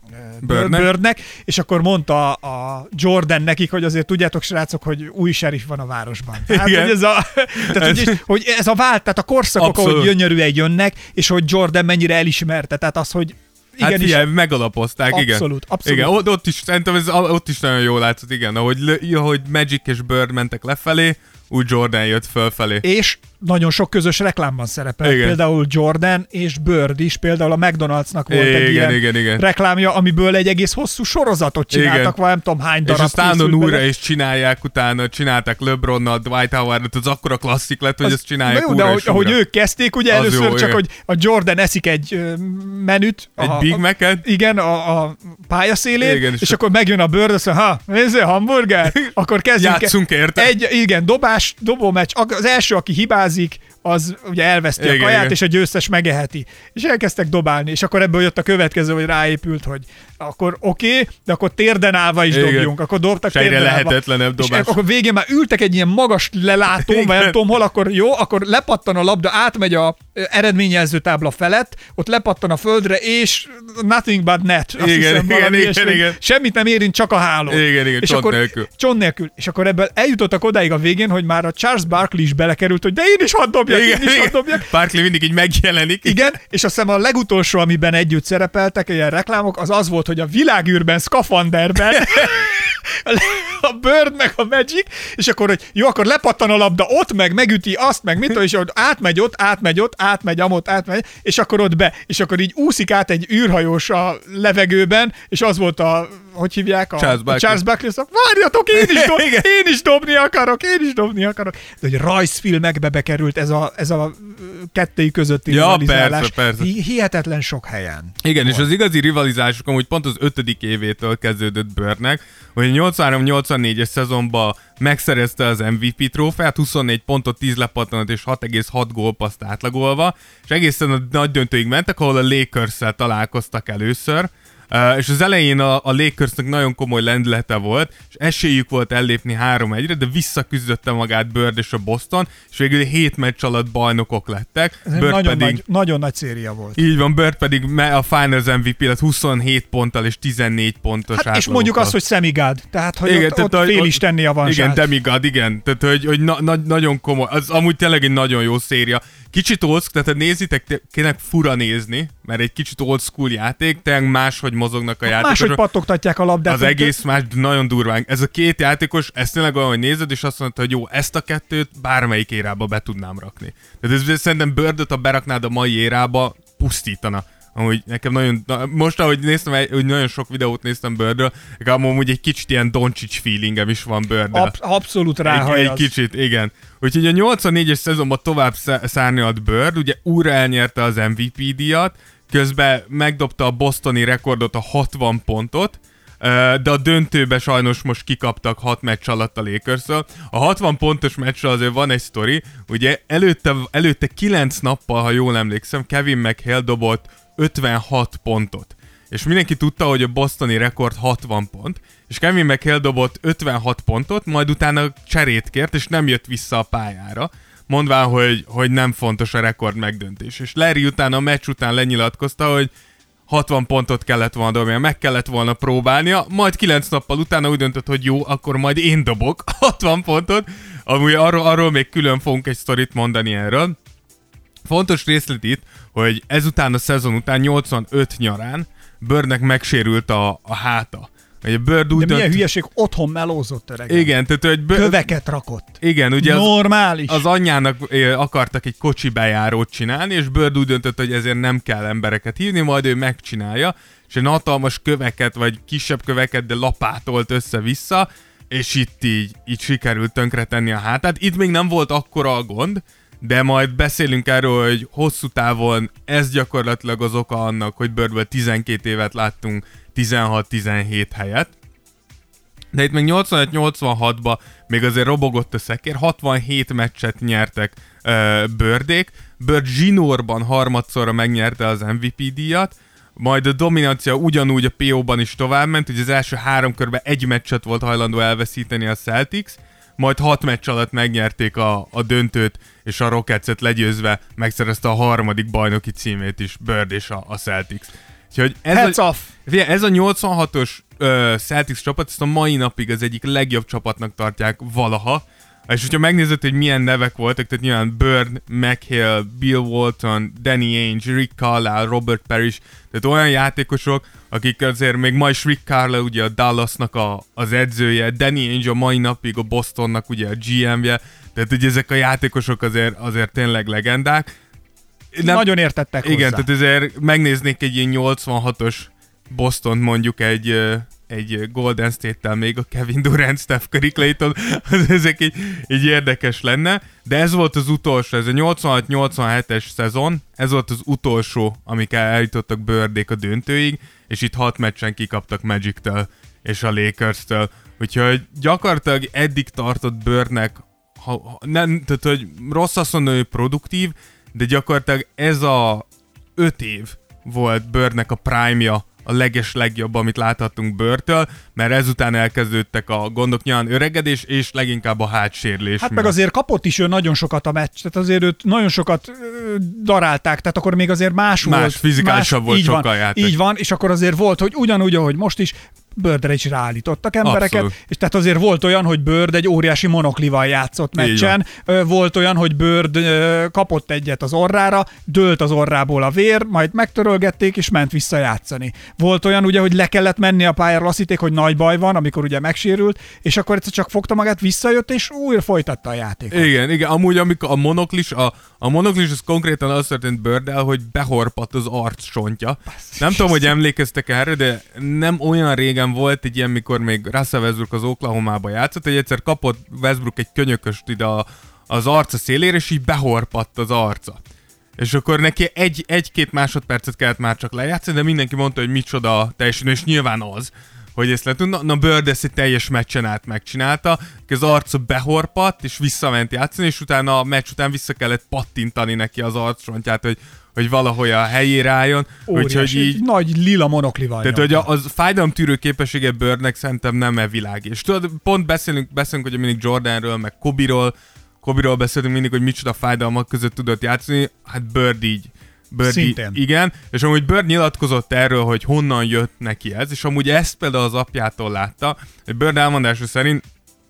Birdnek. Birdnek, és akkor mondta a Jordan nekik, hogy azért tudjátok, srácok, hogy új sheriff van a városban. Tehát, Igen. hogy ez a, tehát, Ez- hogy, hogy ez a vált, tehát a korszakok, Abszolút. ahogy gyönyörűen jönnek, és hogy Jordan mennyire elismerte, tehát az, hogy Hát igenis, figyelj, megalapozták, igen. Abszolút, abszolút. Igen, ott, ott is, szerintem ez, ott is nagyon jól látszott, igen, ahogy, ahogy Magic és Bird mentek lefelé, úgy Jordan jött fölfelé. és nagyon sok közös reklámban szerepel. Igen. Például Jordan és Bird is, például a McDonald'snak volt Igen, egy ilyen igen, igen. reklámja, amiből egy egész hosszú sorozatot csináltak, Igen. vagy nem tudom hány És darab aztán készült újra belőle. is csinálják, utána csinálták LeBronnal, Dwight Howard, az akkora klasszik lett, hogy Az- ezt csinálják na jó, újra de és ahogy, újra. ahogy ők kezdték, ugye Az először jó, csak, igen. hogy a Jordan eszik egy ö, menüt. Egy a, Big a, Mac-et? Igen, a, a pályaszélén, Igen, és, és és akkor megjön a Bird, azt mondja, ha, nézzél, hamburger, akkor kezdjünk. Játszunk érte. Egy, igen, dobás, dobómeccs, az első, aki hibázik, az ugye elveszti Igen, a kaját, igen. és a győztes megeheti. És elkezdtek dobálni, és akkor ebből jött a következő, hogy ráépült, hogy akkor oké, okay, de akkor térden állva is Igen. dobjunk. Akkor dobtak És egyre térden állva. lehetetlenebb És dobás. akkor végén már ültek egy ilyen magas lelátón, vagy nem Igen. tudom hol, akkor jó, akkor lepattan a labda, átmegy a ö, eredményjelző tábla felett, ott lepattan a földre, és nothing but net. Azt Igen, hiszem, igen, valami igen, ilyesmi. igen. Semmit nem érint, csak a háló. Igen, igen, és csont akkor, nélkül. Csont nélkül. És akkor ebből eljutottak odáig a végén, hogy már a Charles Barkley is belekerült, hogy de én is hadd dobjak, Igen, én is hadd igen. dobjak. Barkley mindig így megjelenik. Igen, és azt hiszem a legutolsó, amiben együtt szerepeltek, ilyen reklámok, az az volt, hogy a világűrben, szkafanderben a Bird meg a Magic, és akkor, hogy jó, akkor lepattan a labda ott, meg megüti azt, meg mit tudom, és ott átmegy ott, átmegy ott, átmegy amott, átmegy, és akkor ott be, és akkor így úszik át egy űrhajós a levegőben, és az volt a, hogy hívják? A Charles a Barkley. Charles Barkley, azt mondja, várjatok, én is, dob, Igen. én is dobni akarok, én is dobni akarok. De hogy rajzfilmekbe bekerült ez a, ez a kettőjük közötti Ja, rivalizálás. persze, persze. Hi- Hihetetlen sok helyen. Igen, és az igazi rivalizások amúgy pont az ötödik évétől kezdődött Birdnek, hogy a nyolcvanhárom nyolcvannégyes szezonban megszerezte az em vé pé trófeát, huszonnégy pontot, tíz lepattanat és hat egész hat gólpasszt átlagolva, és egészen a nagy döntőig mentek, ahol a Lakers-szel találkoztak először, Uh, és az elején a, a Lakersnek nagyon komoly lendülete volt, és esélyük volt ellépni három egyre, de visszaküzdötte magát Bird és a Boston, és végül hét meccs alatt bajnokok lettek. Ez egy Bird nagyon, pedig... nagy, nagyon nagy széria volt. Így van, Bird pedig me- a Finals em vé pé lett huszonhét ponttal és tizennégy pontos Hát és átlagokkal. mondjuk azt, hogy semigád, tehát hogy Igen, ott, tehát, ott hogy- félistenné a Igen, vansát. demigod, igen. Tehát, hogy, hogy na, na, nagyon komoly. Az amúgy tényleg egy nagyon jó széria. Kicsit old school, tehát nézitek, te- tényleg fura nézni, mert egy kicsit old school játék, tényleg máshogy mozognak a játékosok. Máshogy pattogtatják a labdát. Az egész más, nagyon durván. Ez a két játékos, ez tényleg olyan, hogy nézed, és azt mondta, hogy jó, ezt a kettőt bármelyik érába be tudnám rakni. Tehát ez szerintem Birdot, ha beraknád a mai érába, pusztítana. Amúgy nekem nagyon, na, most ahogy néztem, hogy nagyon sok videót néztem Birdről, amúgy egy kicsit ilyen Doncic feelingem is van Birddel. Ab, abszolút Egy, ráhajaz. egy kicsit, igen. Úgyhogy a nyolcvannégyes szezonban tovább szárnyalt Bird, ugye újra elnyerte az em vé pé díjat, közben megdobta a bostoni rekordot, a hatvan pontot, de a döntőbe sajnos most kikaptak hat meccs alatt a Lakers-ről. A hatvan pontos meccsről azért van egy sztori, ugye előtte, előtte kilenc nappal, ha jól emlékszem, Kevin McHale dobott ötvenhat pontot. És mindenki tudta, hogy a bostoni rekord hatvan pont, és Kevin McHale dobott ötvenhat pontot, majd utána cserét kért, és nem jött vissza a pályára, mondván, hogy, hogy nem fontos a rekord megdöntés. És Larry utána a meccs után lenyilatkozta, hogy hatvan pontot kellett volna dobnia, meg kellett volna próbálnia, majd kilenc nappal utána úgy döntött, hogy jó, akkor majd én dobok hatvan pontot, amúgy arról, arról még külön fogunk egy sztorit mondani erről. Fontos részlet itt, hogy ezután a szezon után nyolcvanöt nyarán Birdnek megsérült a, a háta. Ugye Bird úgy De milyen dönt... hülyeség, otthon melózott öreg. Igen, tehát hogy... Bird... Köveket rakott. Igen, ugye az, Normális. az anyjának eh, akartak egy kocsi bejárót csinálni, és Bird úgy döntött, hogy ezért nem kell embereket hívni, majd ő megcsinálja, és egy hatalmas köveket, vagy kisebb köveket, de lapátolt össze-vissza, és itt így, így sikerült tönkretenni a hátát. Itt még nem volt akkora a gond, de majd beszélünk erről, hogy hosszú távon ez gyakorlatilag az oka annak, hogy Birdből tizenkét évet láttunk tizenhat-tizenhét helyet. De itt még nyolcvanöt nyolcvanhatban még azért robogott a szekér, hatvanhét meccset nyertek uh, Birdék. Bird zsinórban harmadszorra megnyerte az em vé pé díjat, majd a dominancia ugyanúgy a pé ó-ban is továbbment, hogy az első három körben egy meccset volt hajlandó elveszíteni a Celtics, majd hat meccs alatt megnyerték a, a döntőt, és a Rocketset legyőzve megszerezte a harmadik bajnoki címét is Bird és a, a Celtics. Úgyhogy ez Heads a, off! ez a nyolcvanhatos uh, Celtics csapat, ezt a mai napig az egyik legjobb csapatnak tartják valaha. És hogyha megnézed, hogy milyen nevek voltak, tehát nyilván Bird, McHale, Bill Walton, Danny Ainge, Rick Carlisle, Robert Parrish, tehát olyan játékosok, akik azért még ma is Rick Carlisle ugye a Dallasnak a, az edzője, Danny Ainge a mai napig a Bostonnak ugye a gé em-je, tehát ugye ezek a játékosok azért, azért tényleg legendák. Nem, nagyon értettek hozzá. Igen, tehát ezért megnéznék egy ilyen nyolcvanhatos Boston mondjuk egy... egy Golden State-tel még a Kevin Durant, Steph Curry, Clayton, ezek így, így érdekes lenne, de ez volt az utolsó, ez a nyolcvanhat nyolcvanhetes szezon, ez volt az utolsó, amikkel eljutottak Birdék a döntőig, és itt hat meccsen kikaptak Magic-től és a Lakers-től, úgyhogy gyakorlatilag eddig tartott Birdnek, ha, ha, nem, tehát hogy rossz azt mondani, hogy produktív, de gyakorlatilag ez a öt év volt Birdnek a prime-ja, a leges legjobb, amit láthattunk Birdtől, mert ezután elkezdődtek a gondok, nyilván öregedés, és leginkább a hátsérlés. Hát miatt. Meg azért kapott is ő nagyon sokat a meccs, tehát azért őt nagyon sokat ö, darálták, tehát akkor még azért más, más volt. fizikálisabb más, volt így sokkal van, játék. Így van, és akkor azért volt, hogy ugyanúgy, ahogy most is, Birdre is ráállítottak embereket, Abszolút. És tehát azért volt olyan, hogy Bird egy óriási monoklival játszott meccsen, volt olyan, hogy Bird kapott egyet az orrára, dőlt az orrából a vér, majd megtörölgették, és ment vissza játszani. Volt olyan ugye, hogy le kellett menni a pályára, azt hitték, hogy nagy baj van, amikor ugye megsérült, és akkor egyszer csak fogta magát, visszajött, és újra folytatta a játékot. Igen, igen, amúgy amikor a monoklis, a, a monoklis az konkrétan az történt Birddel, hogy behorpadt az arccsontja. Nem tudom, hogy emlékeztek erre, de nem olyan régen volt egy ilyen, mikor még Russell Westbrook az Oklahomába játszott, hogy egyszer kapott Westbrook egy könyököst ide a, az arca szélére, és így behorpadt az arca. És akkor neki egy, egy-két másodpercet kellett már csak lejátszani, de mindenki mondta, hogy micsoda teljesen, és nyilván az, hogy ezt le tudna. Na Bird ezt egy teljes meccsen át megcsinálta, az arca behorpadt, és visszament játszani, és utána a meccs után vissza kellett pattintani neki az arccsontját, hogy hogy valahogy a helyére álljon. Úgyhogy így nagy lila monoklival. Tehát, hogy a, az fájdalomtűrő képessége Birdnek szerintem nem e világ. És tudod, pont beszélünk, beszélünk hogy mindig Jordanről, meg Kobe-ról, Kobe-ról beszélünk mindig, hogy micsoda fájdalmak között tudott játszani, hát Bird így. Bird így, igen, és amúgy Bird nyilatkozott erről, hogy honnan jött neki ez, és amúgy ezt például az apjától látta, hogy Bird elmondása szerint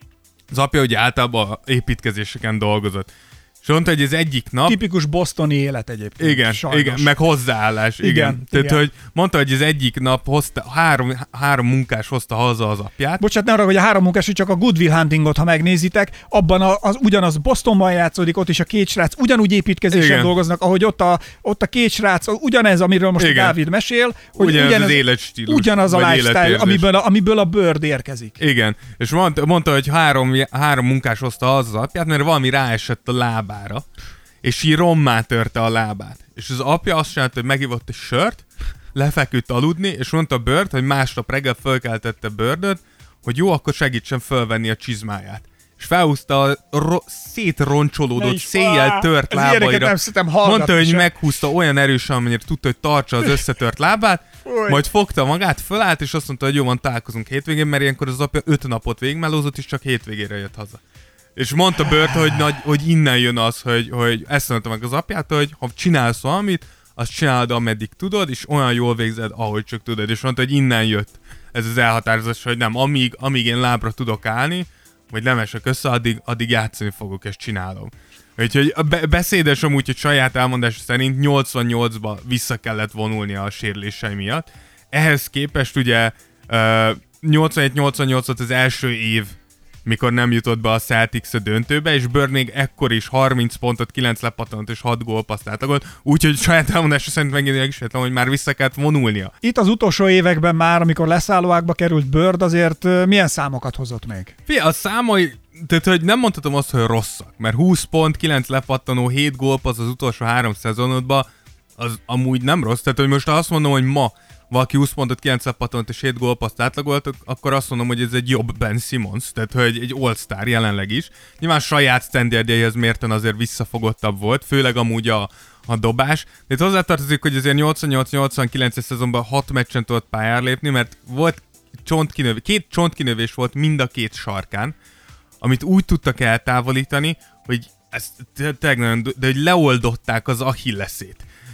az apja ugye általában építkezéseken dolgozott. És mondta, hogy ez egyik nap... Tipikus bostoni élet egyébként. Igen, igen, meg hozzáállás. Igen. igen. Tehát, igen. hogy mondta, hogy ez egyik nap hozta, három, három munkás hozta haza az apját. Bocsánat, ne arra, hogy a három munkás, hogy csak a Good Will Huntingot, ha megnézitek, abban a, az, ugyanaz Bostonban játszódik, ott is a két srác ugyanúgy építkezésen igen. dolgoznak, ahogy ott a, ott a két srác, ugyanez, amiről most igen. Dávid mesél, hogy ugyanaz, ugyanaz az életstílus. Ugyanaz a lifestyle, amiből a, amiből a Bird érkezik. Igen, és mondta, mondta hogy három, három munkás hozta haza az apját, mert valami ráesett a lábára. És így rommá törte a lábát. És az apja azt csinálta, hogy megivott egy sört, lefeküdt aludni, és mondta Bird, hogy másnap reggel fölkeltette Birdöt, hogy jó, akkor segítsen fölvenni a csizmáját. És felhúzta a ro- szétroncsolódott, széjjel tört lábaira. Mondta, hogy meghúzta olyan erősen, amennyire tudta, hogy tartsa az összetört lábát, Oly. Majd fogta magát, fölállt, és azt mondta, hogy jó, van, találkozunk hétvégén, mert ilyenkor az apja öt napot végigmelózott, és csak hétvégére jött haza. És mondta Bird, hogy, nagy, hogy innen jön az, hogy, hogy ezt mondta meg az apját, hogy ha csinálsz valamit, azt csinálod, ameddig tudod, és olyan jól végzed, ahogy csak tudod. És mondta, hogy innen jött ez az elhatározás, hogy nem, amíg, amíg én lábra tudok állni, vagy nem esek össze, addig, addig játszani fogok, és csinálom. Úgyhogy a be- beszédes amúgy, hogy saját elmondása szerint nyolcvannyolcba vissza kellett vonulnia a sérülései miatt. Ehhez képest ugye uh, nyolcvanhét nyolcvannyolc volt az első év, mikor nem jutott be a Celtics a döntőbe, és Bird még ekkor is harminc pontot, kilenc lepattanott és hat gólpasszt átlagolt, úgyhogy saját elmondása szerint megint megismétlem, hogy már vissza kellett vonulnia. Itt az utolsó években már, amikor leszállóákba került Bird, azért milyen számokat hozott még? Fia, a számai, tehát hogy nem mondhatom azt, hogy rosszak, mert húsz pont, kilenc lepattanó, hét gólpassz az utolsó három szezonodban, az amúgy nem rossz, tehát hogy most azt mondom, hogy ma valaki húsz pontot, kilenc lepattanót és hét gólpasszt átlagolt, akkor azt mondom, hogy ez egy jobb Ben Simmons, tehát hogy egy all-star jelenleg is. Nyilván saját standardjaihez mérten azért visszafogottabb volt, főleg amúgy a, a dobás. De itt hozzátartozik, hogy azért nyolcvannyolc nyolcvankilences szezonban hat meccsen tudott pályára lépni, mert volt csontkinövés, két csontkinövés volt mind a két sarkán, amit úgy tudtak eltávolítani, hogy ez tényleg nagyon, de hogy leoldották az Achilleszét.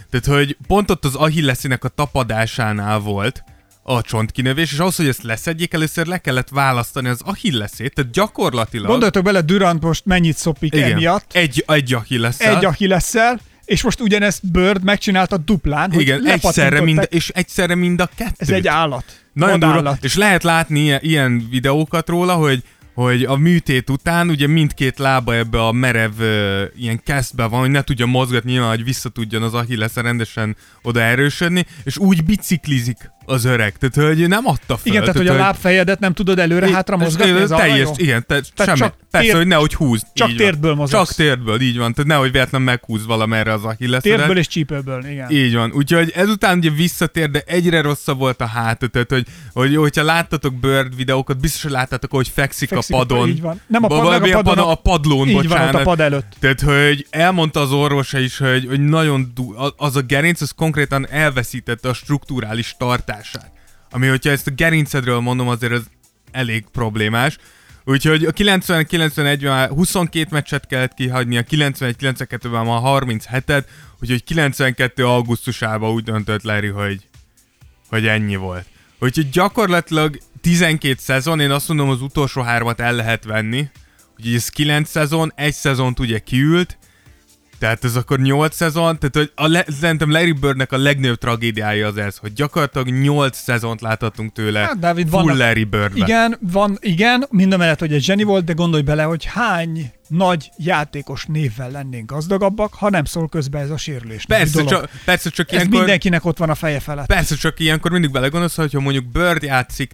Tehát, hogy pont ott az Achilleszének a tapadásánál volt a csontkinövés, és ahhoz, hogy ezt leszedjék, először le kellett választani az Achilleszét, tehát gyakorlatilag... Gondoljatok bele, Durant most mennyit szopik igen, emiatt. Egy, egy Achillesszel. Egy Achillesszel, és most ugyanezt Bird megcsinálta duplán, hogy igen, egyszerre mind, és egyszerre mind a kettőt. Ez egy állat. Nagyon durva, állat. és lehet látni ilyen, ilyen videókat róla, hogy hogy a műtét után ugye mindkét lába ebbe a merev uh, ilyen keszbe van, hogy ne tudja mozgatni, nyilván, hogy vissza tudjon az Achilleszen rendesen oda erősödni, és úgy biciklizik az öreg, tehát hogy nem adta fel. Igen, tehát, tehát hogy a lábfejedet nem tudod előre-hátra mozgatni, ez teljes, igen, te, semmi, csak persze, tér, hogy nehogy húzd. Csak térdből mozogsz. Csak térdből, így van, tehát nehogy véletlen meghúz valamerre az Achilleszedet. Térdből és csípőből, igen. Így van, úgyhogy ezután ugye visszatér, de egyre rosszabb volt a háta, tehát hogy, hogy hogyha láttatok Bird videókat, biztos, hogy láttátok, hogy fekszik, fekszik a padon. Így van. Nem a, pad, a, padon, a, a padlón, így bocsánat. van, a pad előtt. Tehát, hogy elmondta az orvosa is, hogy, hogy nagyon du- az a gerinc, az konkrétan elveszítette a strukturális tartását. Ami, hogyha ezt a gerincedről mondom, azért ez elég problémás. Úgyhogy a kilencven kilencvenegyben már huszonkét meccset kellett kihagyni, a kilencvenegy kilencvenkettőben már harminchetet, úgyhogy kilencvenkettő augusztusában úgy döntött Larry, hogy, hogy ennyi volt. Úgyhogy gyakorlatilag tizenkét szezon, én azt mondom, az utolsó hármat el lehet venni. Úgyhogy ez kilenc szezon, egy szezont ugye kiült, tehát ez akkor nyolc szezon, tehát hogy a le, szerintem Larry Birdnek a legnagyobb tragédiája az ez, hogy gyakorlatilag nyolc szezont láthatunk tőle hát, Dávid, full vannak, Larry Birdbe. Igen, van, igen, mindamellett, hogy egy zseni volt, de gondolj bele, hogy hány nagy játékos névvel lennénk gazdagabbak, ha nem szól közbe ez a sérülés. Persze, csak, persze csak ez ilyenkor... mindenkinek ott van a feje felett. Persze, csak ilyenkor mindig belegondolsz, hogyha mondjuk Bird játszik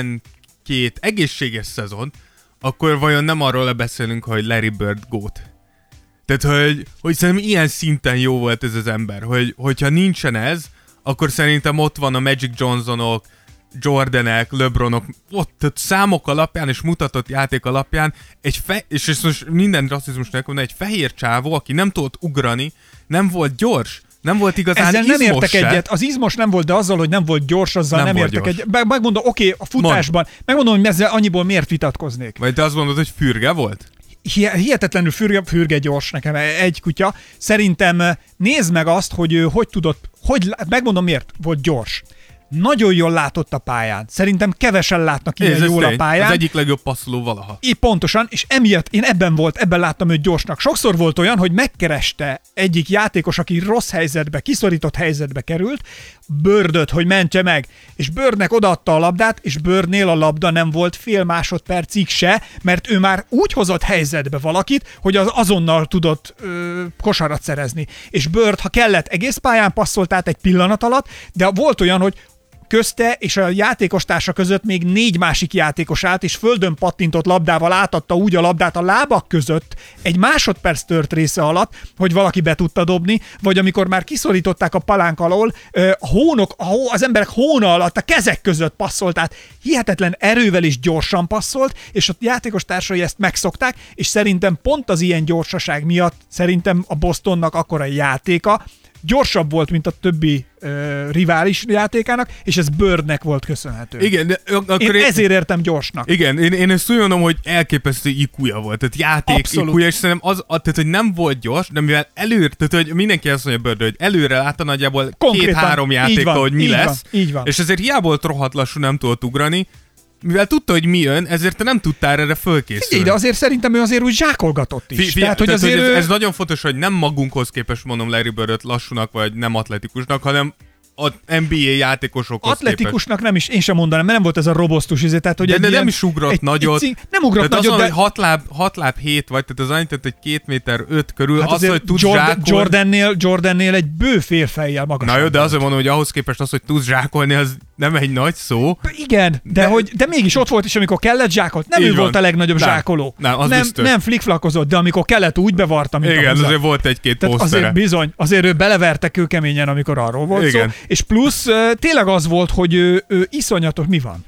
tizenkét egészséges szezont, akkor vajon nem arról beszélünk, hogy Larry Bird gót. Tehát, hogy, hogy szerintem ilyen szinten jó volt ez az ember, hogy, hogyha nincsen ez, akkor szerintem ott van a Magic Johnsonok, Jordanek, LeBronok, ott tehát számok alapján és mutatott játék alapján, egy fe- és, és most minden rasszizmus nélkül, egy fehér csávó, aki nem tudott ugrani, nem volt gyors, nem volt igazán ezzel izmos nem értek se. egyet. Az izmos nem volt, de azzal, hogy nem volt gyors, azzal nem, nem értek gyors. egyet. Megmondom, oké, okay, a futásban, Mond. megmondom, hogy ezzel annyiból miért vitatkoznék. Vagy te azt mondod, hogy fürge volt? Hihetetlenül fürge, fürge gyors nekem egy kutya. Szerintem nézd meg azt, hogy ő hogy tudott, hogy, megmondom miért volt gyors. Nagyon jól látott a pályán. Szerintem kevesen látnak ilyen jól tény. a pályán. Az egyik legjobb passzoló valaha. Így pontosan, és emiatt én ebben volt, ebben láttam őt gyorsnak. Sokszor volt olyan, hogy megkereste egyik játékos, aki rossz helyzetbe, kiszorított helyzetbe került, Birdöt, hogy mentse meg. És Birdnek odaadta a labdát, és Birdnél a labda nem volt fél másodpercig se, mert ő már úgy hozott helyzetbe valakit, hogy az azonnal tudott ö, kosarat szerezni. És Bird, ha kellett, egész pályán passzolt át egy pillanat alatt, de volt olyan, hogy közte és a játékostársa között még négy másik játékos állt, és földön pattintott labdával átadta úgy a labdát a lábak között egy másodperc tört része alatt, hogy valaki be tudta dobni, vagy amikor már kiszorították a palánk alól, a hónok, az emberek hóna alatt a kezek között passzolt át, hihetetlen erővel is gyorsan passzolt, és a játékostársai ezt megszokták, és szerintem pont az ilyen gyorsaság miatt szerintem a Bostonnak akkora játéka gyorsabb volt, mint a többi uh, rivális játékának, és ez Birdnek volt köszönhető. Igen, de akkor én, én ezért értem gyorsnak. Igen, én, én ezt úgy mondom, hogy elképesztő í kúja volt, tehát játék í kúja, és szerintem az, tehát, hogy nem volt gyors, de mivel előre, tehát, hogy mindenki azt mondja Bird, hogy előre látta nagyjából két-három játéka, hogy mi lesz, van, így van. És ezért hiába volt rohadt lassú, nem tudott ugrani, mivel tudta, hogy mi jön, ezért te nem tudtál erre fölkészülni. Figyelj, de azért szerintem ő azért úgy zsákolgatott is. Fi, fi, tehát, hogy tehát, azért hogy ez, ez nagyon fontos, hogy nem magunkhoz képest mondom Larry Birdöt lassúnak, vagy nem atletikusnak, hanem a en bé á játékosokhoz atletikusnak képest. Nem is, én sem mondanám, mert nem volt ez a robosztus izé, tehát hogy de, de ilyen, nem is ugrott egy, nagyot. Egy, nem ugrott tehát nagyot, azon, de... hogy hat láb, hat láb hét vagy, tehát az annyit, tehát egy két méter öt körül, hát az, hogy tudsz Jordan, zsákolni. Jordannél, Jordannél egy bő félfejjel magasabb. Na jó, de azért mondom, hogy ahhoz képest az, hogy tudsz zsákolni, az nem egy nagy szó. Igen, de, de, hogy, de mégis ott volt is, amikor kellett zsákolt. Nem ő van. Volt a legnagyobb nem, zsákoló. Nem, az nem, nem flikflakozott, de amikor kellett, úgy bevarta, mint igen, a azért volt egy-két posztere. Azért bizony, azért ő beleverte kőkeményen, amikor arról volt igen. Szó. És plusz tényleg az volt, hogy ő, ő iszonyatos, mi van?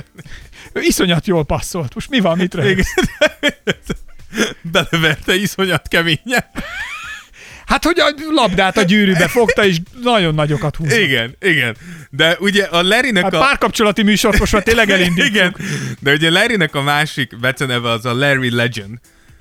Ő iszonyat jól passzolt. Most mi van, mit röhögsz? Beleverte iszonyat keményen. Hát, hogy a labdát a gyűrűbe fogta, és nagyon nagyokat húzott. Igen, igen. De ugye a Larrynek hát a... párkapcsolati műsort most már tényleg elindítjuk. Igen, de ugye Larrynek a másik beceneve az a Larry Legend.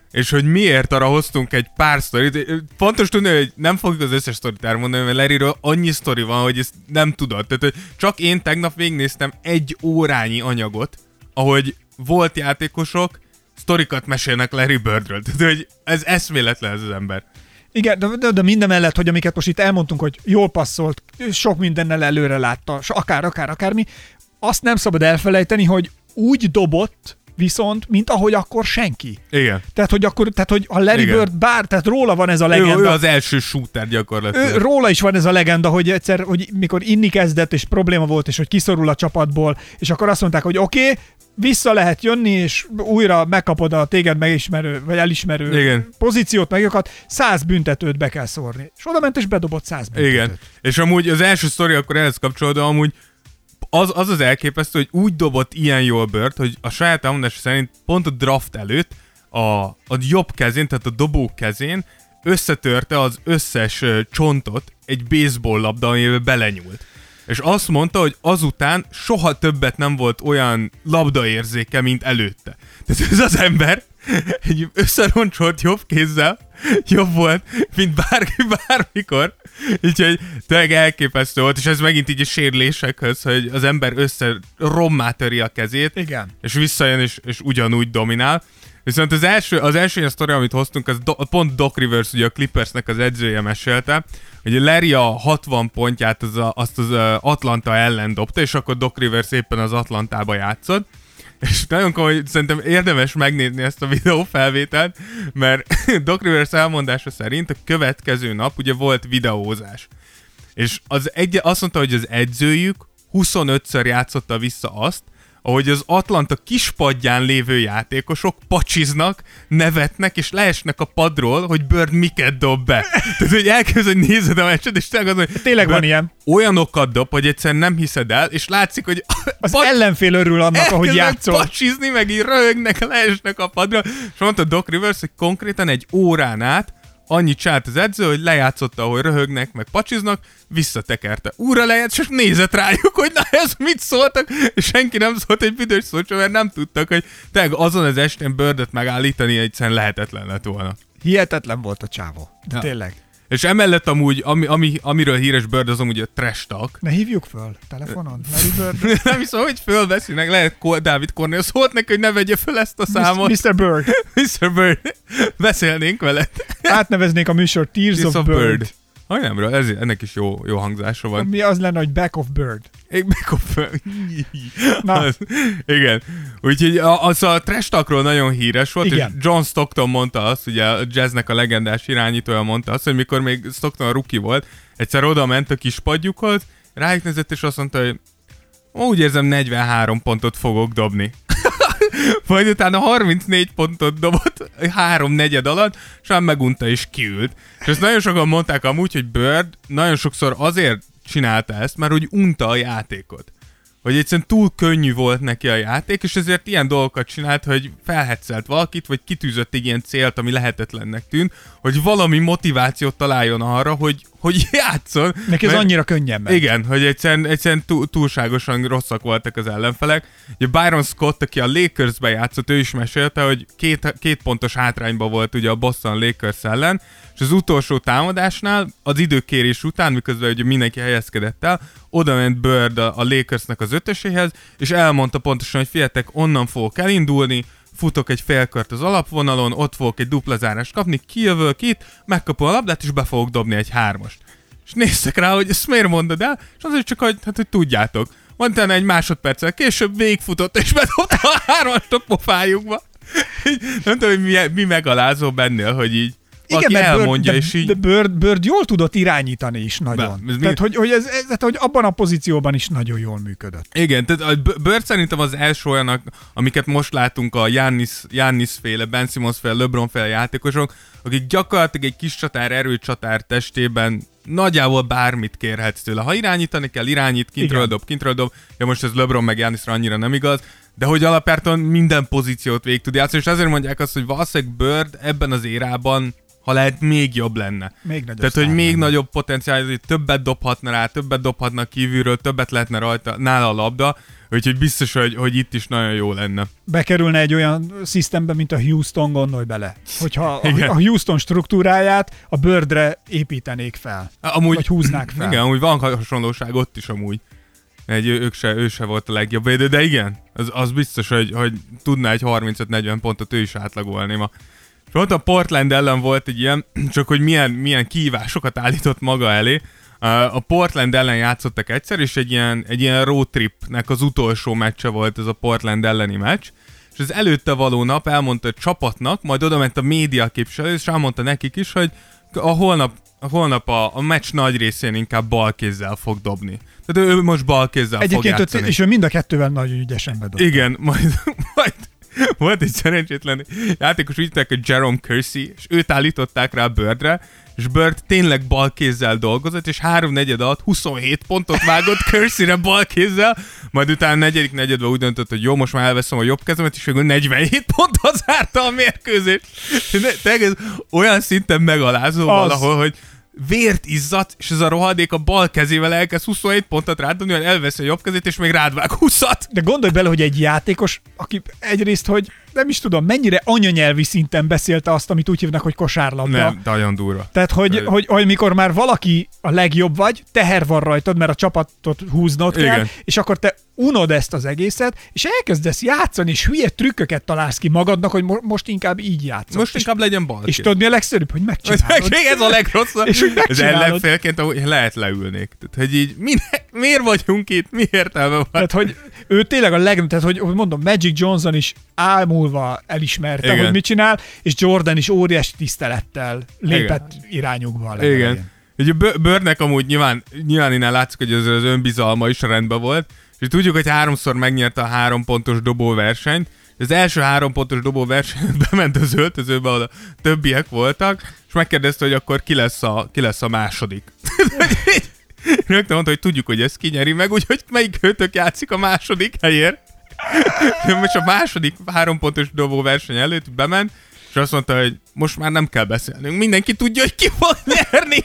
és hogy miért arra hoztunk egy pár sztorit. Fontos tudni, hogy nem fogjuk az összes sztorit elmondani, mert Larryről annyi sztori van, hogy ezt nem tudod. Tehát, hogy csak én tegnap végignéztem egy órányi anyagot, ahogy volt játékosok sztorikat mesélnek Larry Birdről. Tehát, hogy ez eszméletlen ez az ember. Igen, de, de, de minden mellett, hogy amiket most itt elmondtunk, hogy jól passzolt, sok mindennel előre látta, akár, akár, akármi, azt nem szabad elfelejteni, hogy úgy dobott, viszont, mint ahogy akkor senki. Igen. Tehát, hogy akkor, tehát, hogy a Larry Igen. Bird bár, tehát róla van ez a legenda. Ő, ő az első shooter gyakorlatilag. Ő, róla is van ez a legenda, hogy egyszer, hogy mikor inni kezdett, és probléma volt, és hogy kiszorul a csapatból, és akkor azt mondták, hogy oké, okay, vissza lehet jönni, és újra megkapod a téged megismerő, vagy elismerő Igen. pozíciót, meg őket, száz büntetőt be kell szórni. És oda ment, és bedobott száz büntetőt. Igen. És amúgy az első sztori akkor ehhez kapcsolódó, amúgy az, az az elképesztő, hogy úgy dobott ilyen jól Bird, hogy a saját elmondása szerint pont a draft előtt a, a jobb kezén, tehát a dobó kezén összetörte az összes uh, csontot egy baseball labda, amivel belenyúlt. És azt mondta, hogy azután soha többet nem volt olyan labdaérzéke, mint előtte. Tehát ez az ember egy összeroncsolt jobb kézzel jobb volt, mint bárki bármikor. Úgyhogy tényleg elképesztő volt, és ez megint így a sérülésekhez, hogy az ember össze rommá töri a kezét, igen. És visszajön, és, és ugyanúgy dominál. Viszont az első, az első ilyen sztori, amit hoztunk, az do, pont Doc Rivers, ugye a Clippersnek az edzője mesélte, hogy Larry a hatvan pontját az a, azt az Atlanta ellen dobta, és akkor Doc Rivers éppen az Atlantába játszott. És nagyon komoly, szerintem érdemes megnézni ezt a videófelvételt, mert Doc Rivers elmondása szerint a következő nap ugye volt videózás. És az egy, azt mondta, hogy az edzőjük huszonötször játszotta vissza azt, ahogy az Atlanta kispadján lévő játékosok pacsiznak, nevetnek, és leesnek a padról, hogy Bird miket dob be. Tehát, hogy elkezd, hogy nézed a meccset, és tényleg az, hogy tényleg van ilyen. Olyanokat dob, hogy egyszerűen nem hiszed el, és látszik, hogy az pac... ellenfél örül annak, ahogy játszol. Pacsizni, meg így röhögnek, leesnek a padra. És mondta Doc Rivers, hogy konkrétan egy órán át annyit csinált az edző, hogy lejátszotta, ahogy röhögnek, meg pacsiznak, visszatekerte. Újra lejárt, és nézett rájuk, hogy na ez mit szóltak, és senki nem szólt egy büdös szót, mert nem tudtak, hogy tényleg azon az estén Birdet megállítani egyszerűen lehetetlen lett volna. Hihetetlen volt a csávó. De ja. Tényleg. És emellett amúgy, ami, ami, amiről híres Bird, az amúgy a trash talk. Ne hívjuk föl telefonon, Larry Bird. Nem hiszem, hogy fölveszinek, lehet Dávid Kornél szólt neki, hogy ne vegye föl ezt a számot. miszter Bird. miszter Bird. Beszélnénk veled. Átneveznék a műsor Tears, Tears of, of Bird. Bird. Olyanra, ez, ennek is jó, jó hangzása van. Mi az lenne, hogy Back of Bird. Egy Back of Bird. Az, igen. Úgyhogy az a trash talkról nagyon híres volt, igen. És John Stockton mondta azt, ugye a jazznek a legendás irányítója mondta azt, hogy mikor még Stockton a rookie volt, egyszer oda ment a kis padjukhoz, rájuk nézett, és azt mondta, hogy úgy érzem, negyvenhárom pontot fogok dobni. Majd utána harmincnégy pontot dobott három negyed alatt, és már megunta és kiült. És ezt nagyon sokan mondták amúgy, hogy Bird nagyon sokszor azért csinálta ezt, mert úgy unta a játékot. Hogy egyszerűen túl könnyű volt neki a játék, és ezért ilyen dolgokat csinált, hogy felhetszelt valakit, vagy kitűzött egy ilyen célt, ami lehetetlennek tűnt, hogy valami motivációt találjon arra, hogy, hogy játszon. Neki ez annyira könnyen ment. Igen, hogy egyszerűen, egyszerűen túl, túlságosan rosszak voltak az ellenfelek. Ugye Byron Scott, aki a Lakersbe játszott, ő is mesélte, hogy két, két pontos hátrányban volt ugye a Boston Lakers ellen, és az utolsó támadásnál, az időkérés után, miközben ugye mindenki helyezkedett el, oda ment Bird a, a Lakersnek az ötöséhez, és elmondta pontosan, hogy figyeljetek, onnan fogok elindulni, futok egy félkört az alapvonalon, ott fogok egy dupla zárást kapni, kijövök itt, megkapom a labdát, és be fogok dobni egy hármast. És néztek rá, hogy ezt miért mondod el, és azért csak, hogy, hát, hogy tudjátok. Mondtam egy másodperccel később végigfutott, és bedobta a hármast a pofájukba. Nem tudom, hogy mi, mi megalázó bennél, hogy így igen, mert elmondja, Bird, és így... de Bird, Bird jól tudott irányítani is nagyon. Be, tehát, hogy, hogy, ez, ez, tehát, hogy abban a pozícióban is nagyon jól működött. Igen, tehát a Bird szerintem az első olyanak, amiket most látunk a Giannis, Giannis féle, Ben Simmons féle, LeBron féle játékosok, akik gyakorlatilag egy kis csatár, erőcsatár testében nagyjából bármit kérhetsz tőle. Ha irányítani kell, irányít, kintről dob, kintről dob. Ja, most ez LeBron meg Giannisra annyira nem igaz, de hogy alapjártan minden pozíciót végig tud játszani, és azért mondják azt, hogy valószínűleg Bird ebben az érában, ha lehet, még jobb lenne. Még nagyobb Tehát, hogy még lenne. nagyobb potenciál, hogy többet dobhatna rá, többet dobhatna kívülről, többet lehetne rajta, nála a labda, úgyhogy biztos, hogy, hogy itt is nagyon jó lenne. Bekerülne egy olyan szisztembe, mint a Houston, gondolj bele. Hogyha a, Igen. a Houston struktúráját a Birdre építenék fel. Amúgy, Vagy húznák fel. Igen, amúgy van hasonlóság ott is amúgy. Egy, ők se, ő se volt a legjobb védő, de igen, az, az biztos, hogy, hogy tudná egy harmincöt-negyven pontot ő is átlagolni ma. És ott a Portland ellen volt egy ilyen, csak hogy milyen, milyen kihívásokat állított maga elé. A Portland ellen játszottak egyszer, és egy ilyen, egy ilyen road tripnek az utolsó meccse volt ez a Portland elleni meccs, és az előtte való nap elmondta a csapatnak, majd oda ment a média képviselő, és elmondta nekik is, hogy a holnap, a, holnap a, a meccs nagy részén inkább balkézzel fog dobni. Tehát ő most balkézzel fog Egyébként játszani. ott, és ő mind a kettővel nagyon ügyesen bedobta. Igen, majd, majd volt egy szerencsétlen játékos, úgy hívták, hogy Jerome Kersey, és őt állították rá Birdre, és Bird tényleg balkézzel dolgozott, és háromnegyed alatt huszonhét pontot vágott Kerseyre balkézzel, majd utána a negyedik negyedben úgy döntött, hogy jó, most már elveszem a jobb kezemet, és végül negyvenhét ponttal zárta a mérkőzést. Tehát ez olyan szinten megalázó Az. valahol, hogy vért izzadt, és ez a rohadék a bal kezével elkezd huszonhét pontot rádobni, hogy elveszi a jobb kezét, és még rád vág húszat. De gondolj bele, hogy egy játékos, aki egyrészt, hogy nem is tudom, mennyire anyanyelvi szinten beszélte azt, amit úgy hívnak, hogy kosárlabda. Nem, nagyon durva. Tehát, hogy, hogy, hogy mikor már valaki a legjobb vagy, teher van rajtad, mert a csapatot húznod kell, Igen. és akkor te unod ezt az egészet, és elkezdesz játszani, és hülye trükköket találsz ki magadnak, hogy mo- most inkább így játszol. Most inkább legyen bal. És tudod, mi a legszörűbb, hogy megcsinálod. Ez a legrosszabb. És hogy az megcsinálod. ellenfélként, ahogy lehet leülnék. Tehát, hogy így, mi, miért vagyunk itt? Mi értelme van? Tehát, hogy ő tényleg a leg... Tehát, hogy hogy mondom, Magic Johnson is álmulva elismerte, Igen. hogy mit csinál, és Jordan is óriási tisztelettel lépett Igen. irányukba a legelején. Igen. Ugye Birdnek amúgy nyilván, nyilván innen látszik, hogy az, az önbizalma is rendben volt, és tudjuk, hogy háromszor megnyerte a három pontos dobóversenyt, az első három pontos dobóversenyt bement az öltözőbe, ahol a többiek voltak, és megkérdezte, hogy akkor ki lesz a, ki lesz a második. Rögtön mondta, hogy tudjuk, hogy ez kinyeri meg, úgyhogy melyik őtök játszik a második helyért. Most a második három pontos dobóverseny előtt bement, és azt mondta, hogy most már nem kell beszélnünk, mindenki tudja, hogy ki fog nyerni.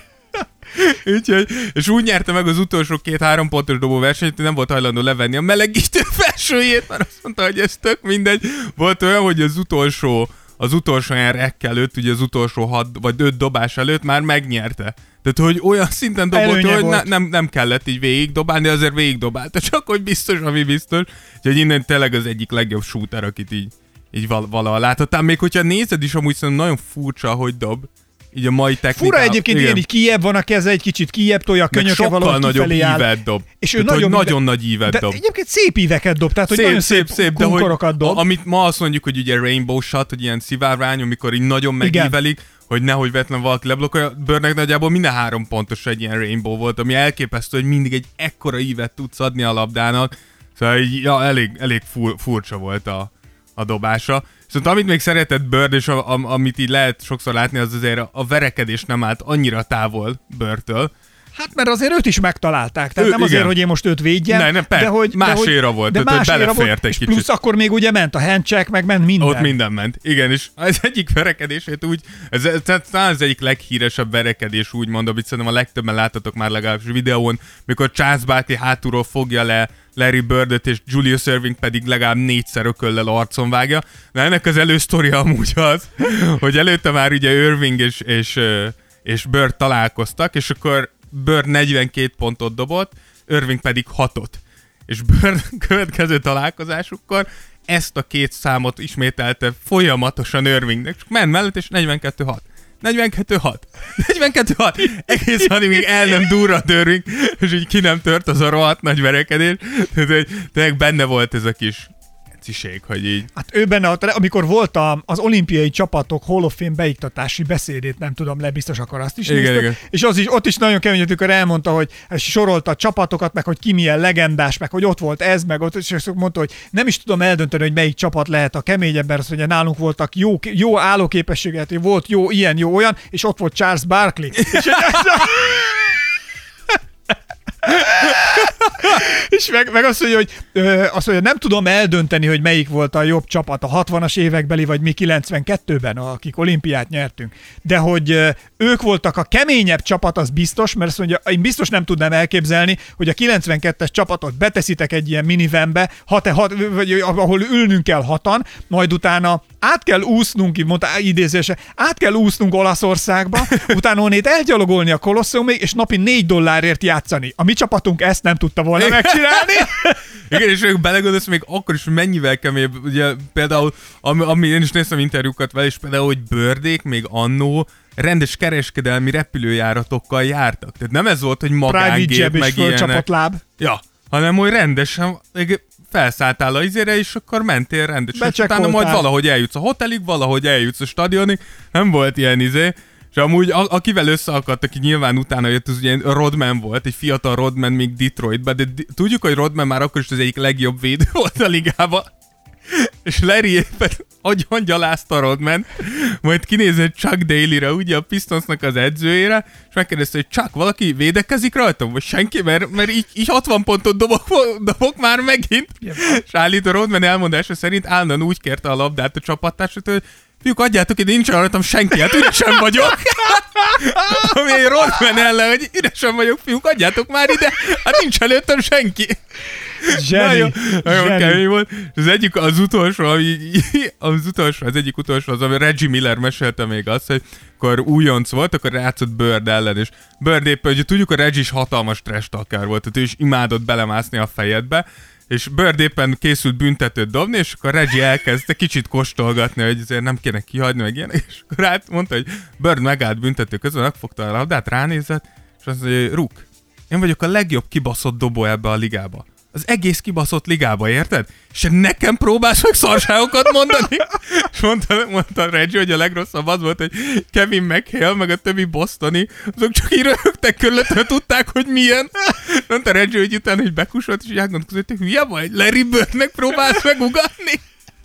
Úgyhogy, és úgy nyerte meg az utolsó két-három pontos dobó versenyt, hogy nem volt hajlandó levenni a melegítő felsőjét, mert azt mondta, hogy ez tök mindegy. Volt olyan, hogy az utolsó, az utolsó ilyen rekk előtt, ugye az utolsó hat vagy öt dobás előtt már megnyerte. Tehát, hogy olyan szinten dobott, Előnye hogy ne, volt. nem, nem kellett így végig dobálni, de azért végig dobálta, csak hogy biztos, ami biztos. Úgyhogy innen tényleg az egyik legjobb shooter, akit így, így val- valaha láthatám. Még hogyha nézed is, amúgy szerintem nagyon furcsa, hogy dob. Így a mai technikával. Fura egyébként, ilyen így kijebb van a keze, egy kicsit kijebb tolja, a meg könyöke sokkal valahogy nagyobb kifelé áll. ívet dob. És ő Tehát, nagyon, hogy nagyon nagy ívet de dob. egyébként szép íveket dob, tehát hogy Szép, nagyon szép, szép, de hogy kunkorokat dob. a- amit ma azt mondjuk, hogy ugye rainbow shot, hogy ilyen szivárvány, amikor így nagyon megívelik, hogy nehogy vetlen valaki leblokkolja. Birdnek nagyjából minden három pontos egy ilyen rainbow volt, ami elképesztő, hogy mindig egy ekkora ívet tudsz adni a labdának. Szóval így, ja, elég, elég fur, furcsa volt a, a dobása. Szóval amit még szeretett Bird, és a, a, amit így lehet sokszor látni, az azért a, a verekedés nem állt annyira távol Birdtől. Hát mert azért őt is megtalálták, tehát Ő, nem azért, igen. hogy én most őt védjem, Ne, ne, persze, de hogy... más de hogy, éra volt, de tehát, hogy más éra belefért volt, egy és kicsit. plusz akkor még ugye ment a handcheck, meg ment minden. Ott minden ment. Igen, és az egyik verekedését úgy, ez, ez, ez talán az egyik leghíresebb verekedés, úgymond, amit szerintem a legtöbben láttatok már legalábbis videón, mikor Charles Barkley hátulról fogja le Larry Birdet, és Julius Erving pedig legalább négyszer ököllel arcon vágja. Na ennek az elősztoria amúgy az, hogy előtte már ugye Irving és, és, és Bird találkoztak, és akkor Bird negyvenkét pontot dobott, Irving pedig hatot. És Bird következő találkozásukkor ezt a két számot ismételte folyamatosan Irvingnek, csak ment mellett, és negyvenkettő hat. negyvenkettő hat. negyvenkettő hat. Egész addig még el nem durrant Irving, és így ki nem tört az a rohadt nagy verekedés. Tehát tényleg benne volt ez a kis ciség, hogy így. Hát ő benne, amikor volt a, az olimpiai csapatok Hall of Fame beiktatási beszédét, nem tudom, le biztos akkor azt is Igen, nézted, igen. és az is, ott is nagyon kemény, amikor elmondta, hogy sorolta a csapatokat, meg hogy ki milyen legendás, meg hogy ott volt ez, meg ott, és azt mondta, hogy nem is tudom eldönteni, hogy melyik csapat lehet a keményebb, mert azt mondja, nálunk voltak jó, jó állóképességet, volt jó ilyen, jó olyan, és ott volt Charles Barkley. És, És meg, meg azt mondja, hogy ö, azt mondja, nem tudom eldönteni, hogy melyik volt a jobb csapat, a hatvanas évekbeli, vagy mi kilencvenkettőben, akik olimpiát nyertünk. De hogy ö, ők voltak a keményebb csapat, az biztos, mert azt mondja, én biztos nem tudnám elképzelni, hogy a kilencvenkettes csapatot beteszitek egy ilyen minivanbe, hat, hat, vagy ahol ülnünk kell hatan, majd utána át kell úsznunk, mondta idézése, át kell úsznunk Olaszországba, utána onnét elgyalogolni a Kolosseumig, és napi négy dollárért játszani. A mi csapatunk ezt nem tudta volna megcsinálni. Igen, és ők belegondolsz még akkor is, hogy mennyivel kemébb, ugye például, ami, ami én is néztem interjúkat vele, és például, hogy Birdék még annó rendes kereskedelmi repülőjáratokkal jártak. Tehát nem ez volt, hogy magángép, meg ilyenek. Láb. Ja, hanem hogy rendesen felszálltál a izére, és akkor mentél rendesen. És utána majd valahogy eljutsz a hotelig, valahogy eljutsz a stadionig. Nem volt ilyen izé. És amúgy a, akivel összeakadt, aki nyilván utána jött, az ugye Rodman volt, egy fiatal Rodman még Detroitban, de d- tudjuk, hogy Rodman már akkor is az egyik legjobb védő volt a ligában. És Larry éppen agyon gyalázta Rodman, majd kinézett Chuck Daly-re, ugye a Pistonsnak az edzőjére, és megkérdezte, hogy Chuck, valaki védekezik rajtam? Vagy senki? Mert, mert így, így hatvan pontot dobok, dobok már megint. Yeah. És állít a Rodman elmondása szerint állandóan úgy kérte a labdát a csapattársat, hogy fiúk, adjátok ide, nincs rajtam senki, hát üresen vagyok. Ami egy Rodman ellen, hogy üresen vagyok, fiúk, adjátok már ide, hát nincs előttem senki. Zseni, nagyon, nagyon zseni. kemény volt. Az egyik, az utolsó, ami, az utolsó, az egyik utolsó, az, ami Reggie Miller mesélte még azt, hogy akkor újonc volt, akkor játszott Bird ellen, és Bird éppen, hogy tudjuk, a Reggie is hatalmas trash talker volt, tehát ő is imádott belemászni a fejedbe, és Bird éppen készült büntetőt dobni, és akkor Reggie elkezdte kicsit kóstolgatni, hogy azért nem kéne kihagyni, meg ilyen, és akkor át mondta, hogy Bird megállt büntető közben, megfogta a labdát, ránézett, és azt mondja, hogy Ruk, én vagyok a legjobb kibaszott dobó ebbe a ligába. Az egész kibaszott ligába, érted? És nekem próbálsz meg szarságokat mondani? És mondta, mondta Reggie, hogy a legrosszabb az volt, hogy Kevin McHale, meg a többi bostoni, azok csak így röhögtek körülöttem, tudták, hogy milyen. Mondta Reggie, hogy utána, hogy bekusolt, és így elgondolkozott, hogy te hülye vagy? Larry Birdnek próbálsz megugatni?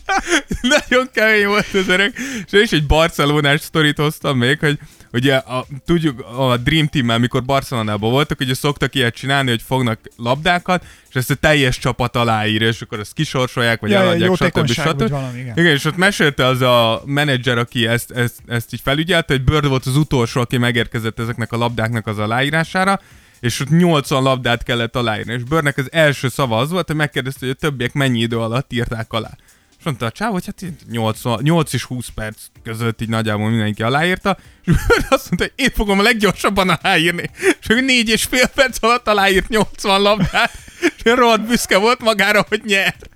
Nagyon kemény volt az öreg. És én is egy barcelonás sztorit hoztam még, hogy ugye a, tudjuk a Dream Team-mel, mikor Barcelonában voltak, ugye szoktak ilyet csinálni, hogy fognak labdákat, és ezt a teljes csapat aláírja, és akkor ezt kisorsolják, vagy ja, eladják, stb. stb. Valami, igen. igen, és ott mesélte az a menedzser, aki ezt, ezt, ezt így felügyelte, hogy Bird volt az utolsó, aki megérkezett ezeknek a labdáknak az aláírására, és ott nyolcvan labdát kellett aláírni, és Birdnek az első szava az volt, hogy megkérdezte, hogy a többiek mennyi idő alatt írták alá. És mondta a csáv, hogy hát nyolcvan, nyolc és húsz perc között így nagyjából mindenki aláírta, és azt mondta, hogy én fogom a leggyorsabban aláírni. És ő négy és fél perc alatt aláírt nyolcvan labdát, és rohadt büszke volt magára, hogy nyert.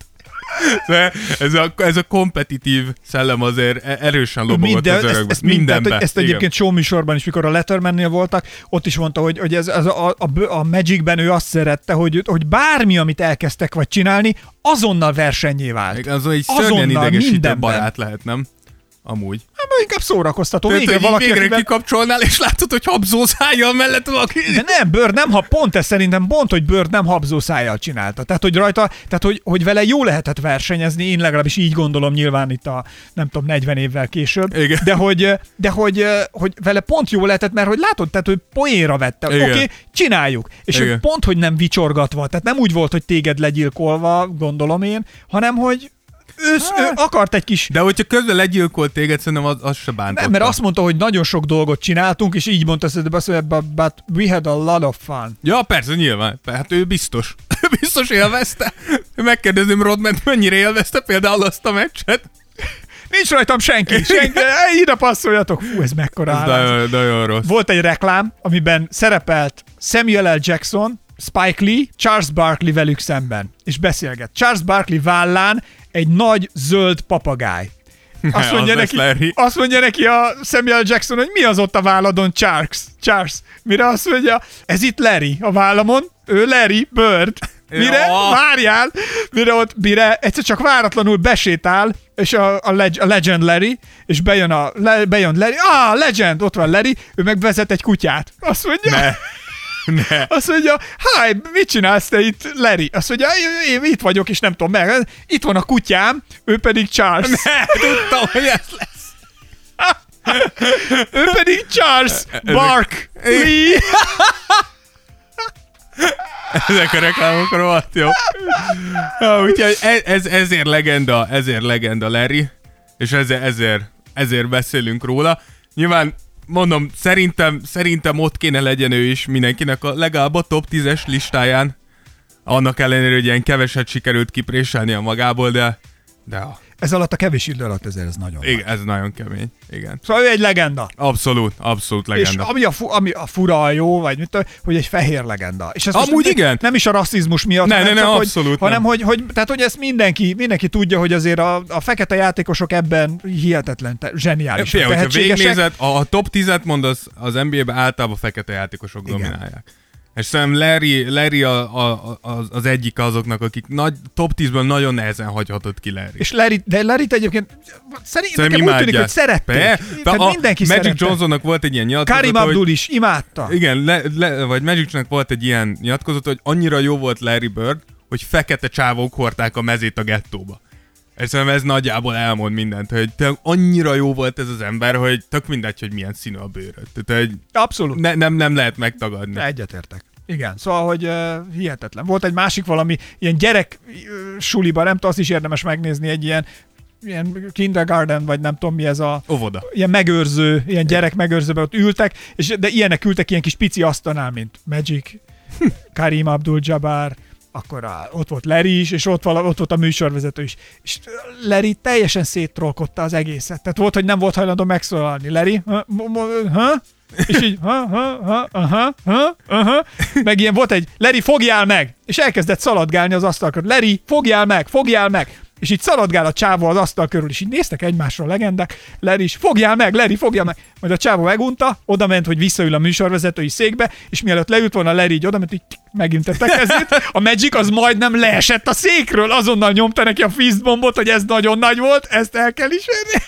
Ez a, ez a kompetitív szellem azért erősen lobogott Minden, az örökben. Ezt, ezt, mindenben. Tehát, ezt egyébként showműsorban is, mikor a Lettermannél voltak, ott is mondta, hogy, hogy ez, ez a, a, a Magicben ő azt szerette, hogy, hogy bármi, amit elkezdtek vagy csinálni, azonnal versennyé vált. Az egy szörnyen idegesítő barát lehet, nem? Amúgy. Hát inkább szórakoztató. Tehát, végre, valaki, végre akiben... kikapcsolnál, és látod, hogy habzószájjal mellett valaki. De nem, Bird nem, ha pont ez szerintem pont, hogy Bird nem habzószájjal csinálta. Tehát, hogy rajta, tehát, hogy, hogy vele jó lehetett versenyezni, én legalábbis így gondolom nyilván itt a, nem tudom, negyven évvel később. Igen. De, hogy, de hogy, hogy vele pont jó lehetett, mert hogy látod, tehát, hogy poénra vette. Oké, okay, csináljuk. És hogy pont, hogy nem vicsorgatva. Tehát nem úgy volt, hogy téged legyilkolva, gondolom én, hanem, hogy Ő, ő akart egy kis... De hogyha közben legyilkolt téged, szerintem az, az se bántotta. Nem, mert azt mondta, hogy nagyon sok dolgot csináltunk, és így mondta, hogy but we had a lot of fun. Ja, persze, nyilván. Hát ő biztos. biztos élvezte. Megkérdezném Rodmant, mennyire élvezte például azt a meccset. Nincs rajtam senki. senki. Ide passzoljatok. Fú, ez mekkora ez nagyon, nagyon rossz. Volt egy reklám, amiben szerepelt Samuel L. Jackson, Spike Lee, Charles Barkley velük szemben. És beszélget. Charles Barkley vállán egy nagy zöld papagáj. Azt mondja, az neki, azt mondja neki a Samuel Jackson, hogy mi az ott a válladon, Charles? Charles. Mire azt mondja, ez itt Larry a vállamon, ő Larry Bird. Mire? Ja. Várjál! Mire ott, mire egyszer csak váratlanul besétál, és a, a, leg, a Legend Larry, és bejön a le, bejön Larry, ah, Legend, ott van Larry, ő megvezet egy kutyát. Azt mondja... Ne. Ne. Azt mondja, hi, mit csinálsz te itt, Larry? Azt mondja, én itt vagyok, és nem tudom meg. Itt van a kutyám, ő pedig Charles. Ne, tudtam, hogy ez lesz. Ő pedig Charles Barkley. Ezek a reklámok rohadt jó. Ja, úgyhogy ez, ezért legenda, ezért legenda Larry, és ezért, ezért, ezért beszélünk róla. Nyilván mondom, szerintem, szerintem ott kéne legyen ő is mindenkinek a legalább a top tízes listáján. Annak ellenére, hogy ilyen keveset sikerült kipréselni a magából, de... de a... Ez alatt a kevés idő alatt ez, ez nagyon Igen, ez nagyon kemény, igen. Szóval ő egy legenda. Abszolút, abszolút legenda. És ami a, fu, ami a fura jó, vagy mit tudom, hogy egy fehér legenda. És ez amúgy igen. Nem is a rasszizmus miatt, ne, hanem, ne, ne, csak, abszolút hogy, hanem hogy, hogy, tehát, hogy ezt mindenki, mindenki tudja, hogy azért a, a fekete játékosok ebben hihetetlen, te, zseniális. Fia, hogyha végignézed, a, a top tízet mondasz, az en bé á-ben általában fekete játékosok igen. dominálják. És szerintem Larry, Larry a, a, a, az egyik azoknak, akik nagy, top tízből nagyon nehezen hagyhatott ki Larry. És Larry, de Larryt egyébként szerintem úgy imádják. tűnik, hogy szerették. Be, Tehát a mindenki Magic szerette. Johnsonnak volt egy ilyen nyilatkozat, Karim Abdul is imádta. Igen, le, le, vagy Magicnak volt egy ilyen nyilatkozat, hogy annyira jó volt Larry Bird, hogy fekete csávók hordták a mezét a gettóba. És szerintem ez nagyjából elmond mindent, hogy annyira jó volt ez az ember, hogy tök mindegy, hogy milyen színű a bőröd. Tehát, hogy abszolút. Ne, nem, nem lehet megtagadni. Egyetértek. Igen, szóval, hogy uh, hihetetlen. Volt egy másik valami, ilyen gyerek uh, suliba, nem tudom, azt is érdemes megnézni, egy ilyen, ilyen kindergarten, vagy nem tudom mi ez a... Óvoda. Ilyen megőrző, ilyen gyerek megőrzőbe ott ültek, és, de ilyenek ültek ilyen kis pici asztalnál, mint Magic, Karim Abdul-Jabbar, akkor a, ott volt Larry is, és ott, vala, ott volt a műsorvezető is. És Larry teljesen széttrollkodta az egészet. Tehát volt, hogy nem volt hajlandó megszólalni. Larry, ha, ha? És így, ha, ha, ha, aha, ha, aha. Meg ilyen volt egy, Larry, fogjál meg! És elkezdett szaladgálni az asztal körül. Larry, fogjál meg, fogjál meg! És így szaladgál a csávó az asztal körül, és így néztek egymásra a legendák. Larry is, fogjál meg, Larry, fogjál meg! Majd a csávó megunta, oda ment, hogy visszaül a műsorvezetői székbe, és mielőtt leült volna Larry, így oda ment, így megint tette kezét. A Magic az majdnem leesett a székről, azonnal nyomta neki a fistbombot, hogy ez nagyon nagy volt, ezt el kell ismerni.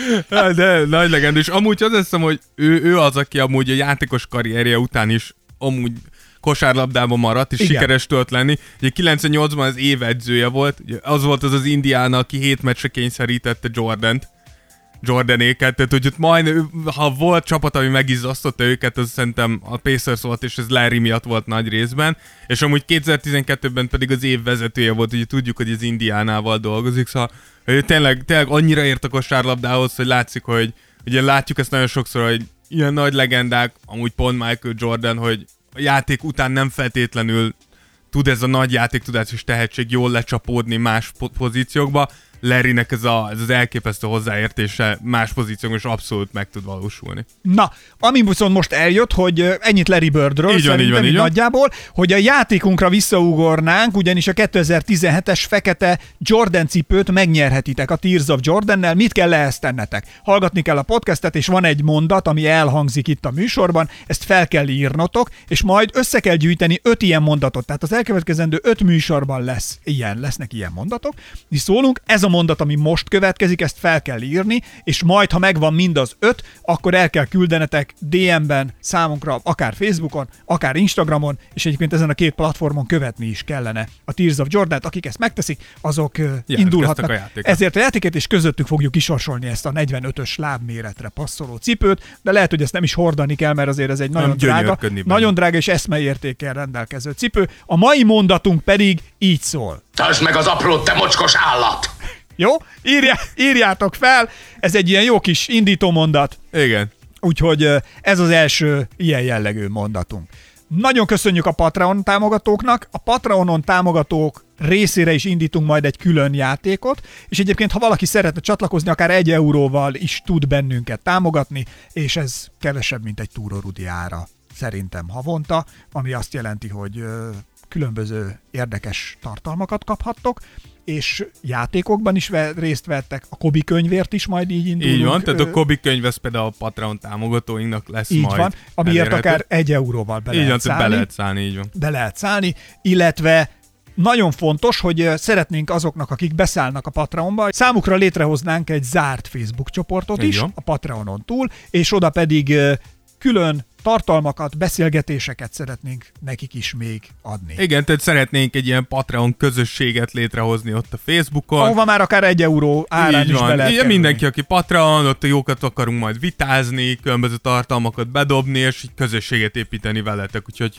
De nagy legenda, és amúgy az hiszem, hogy ő, ő az, aki amúgy a játékos karrierje után is amúgy kosárlabdában maradt, és igen. sikeres tudott lenni. Ugye kilencvennyolcban az év edzője volt, az volt az az Indiana, aki hét meccsre kényszerítette Jordant, Jordanéket, tehát hogy ott majd, ha volt csapat, ami megizzasztotta őket, az szerintem a Pacers volt, és ez Larry miatt volt nagy részben, és amúgy kétezer-tizenkettőben pedig az év vezetője volt, ugye tudjuk, hogy az Indiánával dolgozik, szóval ő tényleg, tényleg annyira ért a kosárlabdához, hogy látszik, hogy ugye látjuk ezt nagyon sokszor, hogy ilyen nagy legendák, amúgy pont Michael Jordan, hogy a játék után nem feltétlenül tud ez a nagy játéktudás és tehetség jól lecsapódni más po- pozíciókba. Larrynek ez, a, ez az elképesztő hozzáértése más pozíciókban is abszolút meg tud valósulni. Na, ami viszont most eljött, hogy ennyit Larry Birdről, így van, így van, így nagyjából, hogy a játékunkra visszaugornánk, ugyanis a kétezer-tizenhetes fekete Jordan cipőt megnyerhetitek a Tears of Jordannel. Mit kell ehhez tennetek? Hallgatni kell a podcastet, és van egy mondat, ami elhangzik itt a műsorban, ezt fel kell írnotok, és majd össze kell gyűjteni öt ilyen mondatot. Tehát az elkövetkezendő öt műsorban lesz ilyen, lesznek ilyen mondatok. Mi szólunk, ez a mondat, ami most következik, ezt fel kell írni, és majd, ha megvan mind az öt, akkor el kell küldenetek dé em-ben számunkra, akár Facebookon, akár Instagramon, és egyébként ezen a két platformon követni is kellene a Tears of Jordan-t. Akik ezt megteszik, azok uh, indulhatnak. A Ezért a játékét, és közöttük fogjuk kisorsolni ezt a negyvenötös lábméretre passzoló cipőt, de lehet, hogy ezt nem is hordani kell, mert azért ez egy nagyon drága, nagyon drága és eszmeértékkel rendelkező cipő. A mai mondatunk pedig így szól. Tartsd meg az aprót, te mocskos állat! Jó? Írjá, írjátok fel, ez egy ilyen jó kis indító mondat. Igen. Úgyhogy ez az első ilyen jellegű mondatunk. Nagyon köszönjük a Patreon támogatóknak. A Patreonon támogatók részére is indítunk majd egy külön játékot, és egyébként, ha valaki szeretne csatlakozni, akár egy euróval is tud bennünket támogatni, és ez kevesebb, mint egy túrórudi ára szerintem havonta, ami azt jelenti, hogy különböző érdekes tartalmakat kaphattok, és játékokban is részt vettek, a Kobi könyvért is majd így indulunk. Így van, tehát a Kobi könyv ez például a Patreon támogatóinknak lesz így majd van, amiért elérhető. Akár egy euróval be így lehet van, szállni. be lehet szállni, így van. Be lehet szállni, illetve nagyon fontos, hogy szeretnénk azoknak, akik beszállnak a Patreonba, számukra létrehoznánk egy zárt Facebook csoportot is, a Patreonon túl, és oda pedig külön tartalmakat, beszélgetéseket szeretnénk nekik is még adni. Igen, tehát szeretnénk egy ilyen Patreon közösséget létrehozni ott a Facebookon. Ahova már akár egy euró árán is be lehet Igen, mindenki, aki Patreon, ott jókat akarunk majd vitázni, különböző tartalmakat bedobni, és így közösséget építeni veletek, úgyhogy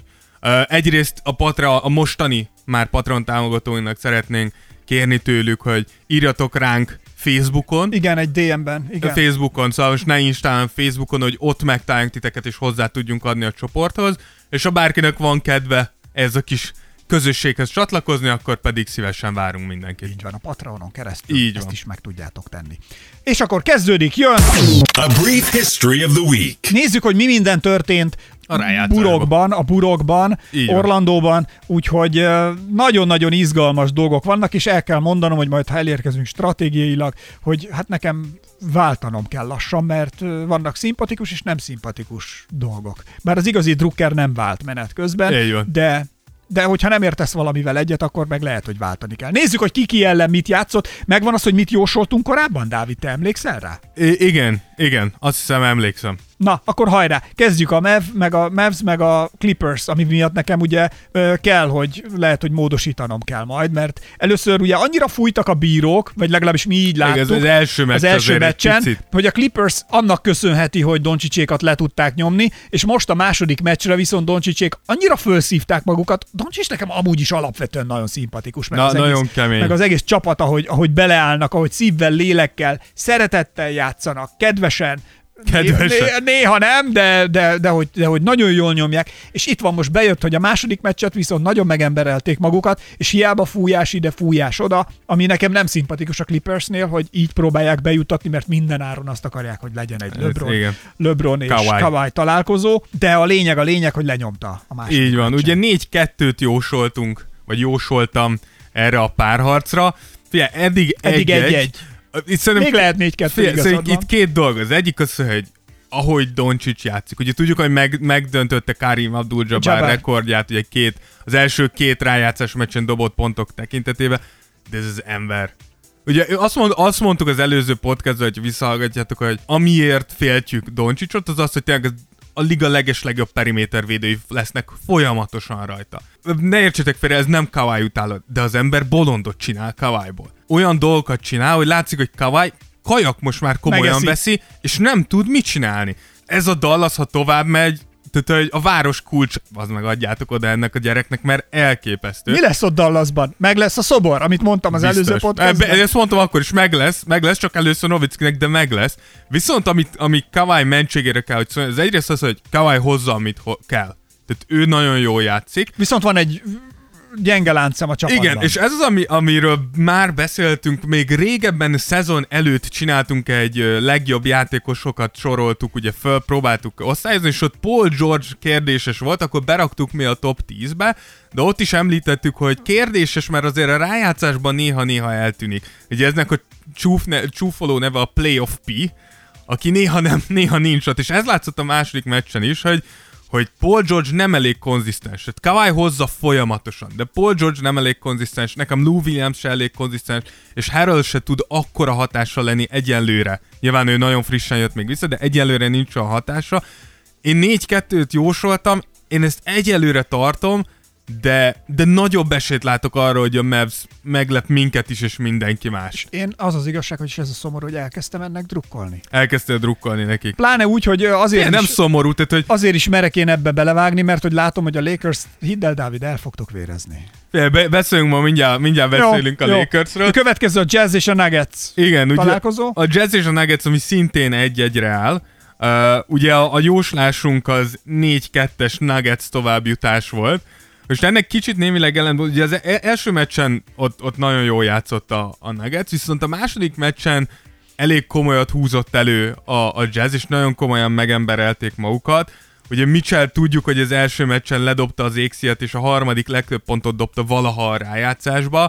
Egyrészt a, Patreon, a mostani már Patreon támogatóinak szeretnénk kérni tőlük, hogy írjatok ránk Facebookon. Igen, egy dé em-ben. Igen. A Facebookon, szóval most ne Instán, Facebookon, hogy ott megtaláljunk titeket és hozzá tudjunk adni a csoporthoz, és ha bárkinek van kedve ez a kis közösséghez csatlakozni, akkor pedig szívesen várunk mindenkit. Így van, a Patreonon keresztül Így ezt van. is meg tudjátok tenni. És akkor kezdődik, jön! A brief history of the week. Nézzük, hogy mi minden történt A rájátszásban. burokban, a burokban, Így van. Orlandóban, úgyhogy ö, nagyon-nagyon izgalmas dolgok vannak, és el kell mondanom, hogy majd ha elérkezünk stratégiailag, hogy hát nekem váltanom kell lassan, mert ö, vannak szimpatikus és nem szimpatikus dolgok. Bár az igazi drukker nem vált menet közben, Így van. de de hogyha nem értesz valamivel egyet, akkor meg lehet, hogy váltani kell. Nézzük, hogy ki ki ellen mit játszott. Megvan az, hogy mit jósoltunk korábban, Dávid, te emlékszel rá? I- igen, igen, azt hiszem emlékszem. Na, akkor hajrá! Kezdjük a Mev, meg a Mavs, meg a Clippers, ami miatt nekem ugye ö, kell, hogy lehet, hogy módosítanom kell majd, mert először ugye annyira fújtak a bírók, vagy legalábbis mi így láttuk. Az, az első meccs az első azért egy meccsen, picit. hogy a Clippers annak köszönheti, hogy Doncsicsékat le tudták nyomni, és most a második meccsre viszont Doncsicsék annyira felszívták magukat. Doncsics nekem amúgy is alapvetően nagyon szimpatikus. Meg Na, az nagyon egész, kemény. Meg az egész csapat, ahogy, ahogy beleállnak, ahogy szívvel, lélekkel, szeretettel játszanak, kedvesen, Kedvesen. Né- néha nem, de, de, de, hogy, de hogy nagyon jól nyomják, és itt van most bejött, hogy a második meccset viszont nagyon megemberelték magukat, és hiába fújás ide, fújás oda, ami nekem nem szimpatikus a Clippersnél, hogy így próbálják bejutatni, mert minden áron azt akarják, hogy legyen egy LeBron, igen. LeBron és Kawhi. Kawhi találkozó, de a lényeg a lényeg, hogy lenyomta a második Így van, meccsen. ugye négy kettőt jósoltunk, vagy jósoltam erre a párharcra. Figyelj, eddig Eddig egy-egy. egy-egy. Itt szerintem Még lehet négy kettő, Figyelj, igazad szóval van. itt két dolog. Az egyik az, hogy ahogy Doncic játszik. Ugye tudjuk, hogy meg, megdöntötte Karim Abdul-Jabbar Jabbar. rekordját, ugye két, az első két rájátszás meccsen dobott pontok tekintetében, de ez az ember. Ugye azt, mond, azt mondtuk az előző podcastban, hogy visszahallgatjátok, hogy amiért féltjük Doncicot, az az, hogy tényleg a liga legeslegjobb perimétervédői lesznek folyamatosan rajta. Ne értsetek félre, ez nem Kawhi utálat, de az ember bolondot csinál Kawhiból. Olyan dolgokat csinál, hogy látszik, hogy Kawhi kajak most már komolyan Megeszi. veszi, és nem tud mit csinálni. Ez a Dallas, ha tovább megy, tehát hogy a város kulcs, az meg adjátok oda ennek a gyereknek, mert elképesztő. Mi lesz ott Dallasban? Meg lesz a szobor, amit mondtam az Biztos. előző podcastban? Ebbe, ezt mondtam akkor is, meg lesz, meg lesz, csak először Novickinek, de meg lesz. Viszont amit, ami Kawhi mentségére kell, hogy szóljon, az egyrészt az, hogy Kawhi hozza, amit ho- kell. Tehát ő nagyon jól játszik. Viszont van egy gyenge láncszem a csapatban. Igen, és ez az, ami, amiről már beszéltünk, még régebben szezon előtt csináltunk egy ö, legjobb játékosokat soroltuk, ugye föl, próbáltuk osztályozni, és ott Paul George kérdéses volt, akkor beraktuk mi a top tízbe, de ott is említettük, hogy kérdéses, mert azért a rájátszásban néha-néha eltűnik. Ugye eznek a csúf ne, csúfoló neve a Playoff P, aki néha nem, néha nincs ott, és ez látszott a második meccsen is, hogy hogy Paul George nem elég konzisztens. Tehát Kawhi hozza folyamatosan, de Paul George nem elég konzisztens, nekem Lou Williams se elég konzisztens, és Harrell se tud akkora hatással lenni egyenlőre. Nyilván ő nagyon frissen jött még vissza, de egyelőre nincs a hatása. Én négy kettőt jósoltam, én ezt egyelőre tartom, de, de nagyobb esélyt látok arra, hogy a Mavs meglep minket is, és mindenki más. Én az az igazság, hogy ez a szomorú, hogy elkezdtem ennek drukkolni. Elkezdtél drukkolni nekik. Pláne úgy, hogy azért, Én nem is, szomorú, tehát hogy azért is merek én ebbe belevágni, mert hogy látom, hogy a Lakers, hidd el, Dávid, el fogtok vérezni. be, beszéljünk ma, mindjárt, mindjárt beszélünk Jó, a jó. Lakersről. A következő a Jazz és a Nuggets. Igen, ugye Találkozó? a Jazz és a Nuggets, ami szintén egy-egyre áll. Uh, ugye a, a jóslásunk az négy kettes Nuggets továbbjutás volt. Most ennek kicsit némileg ellen, ugye az e- első meccsen ott, ott nagyon jól játszott a, a Nuggets, viszont a második meccsen elég komolyat húzott elő a, a Jazz, és nagyon komolyan megemberelték magukat. Ugye Mitchell tudjuk, hogy az első meccsen ledobta az Éxiet, és a harmadik legtöbb pontot dobta valaha a rájátszásba.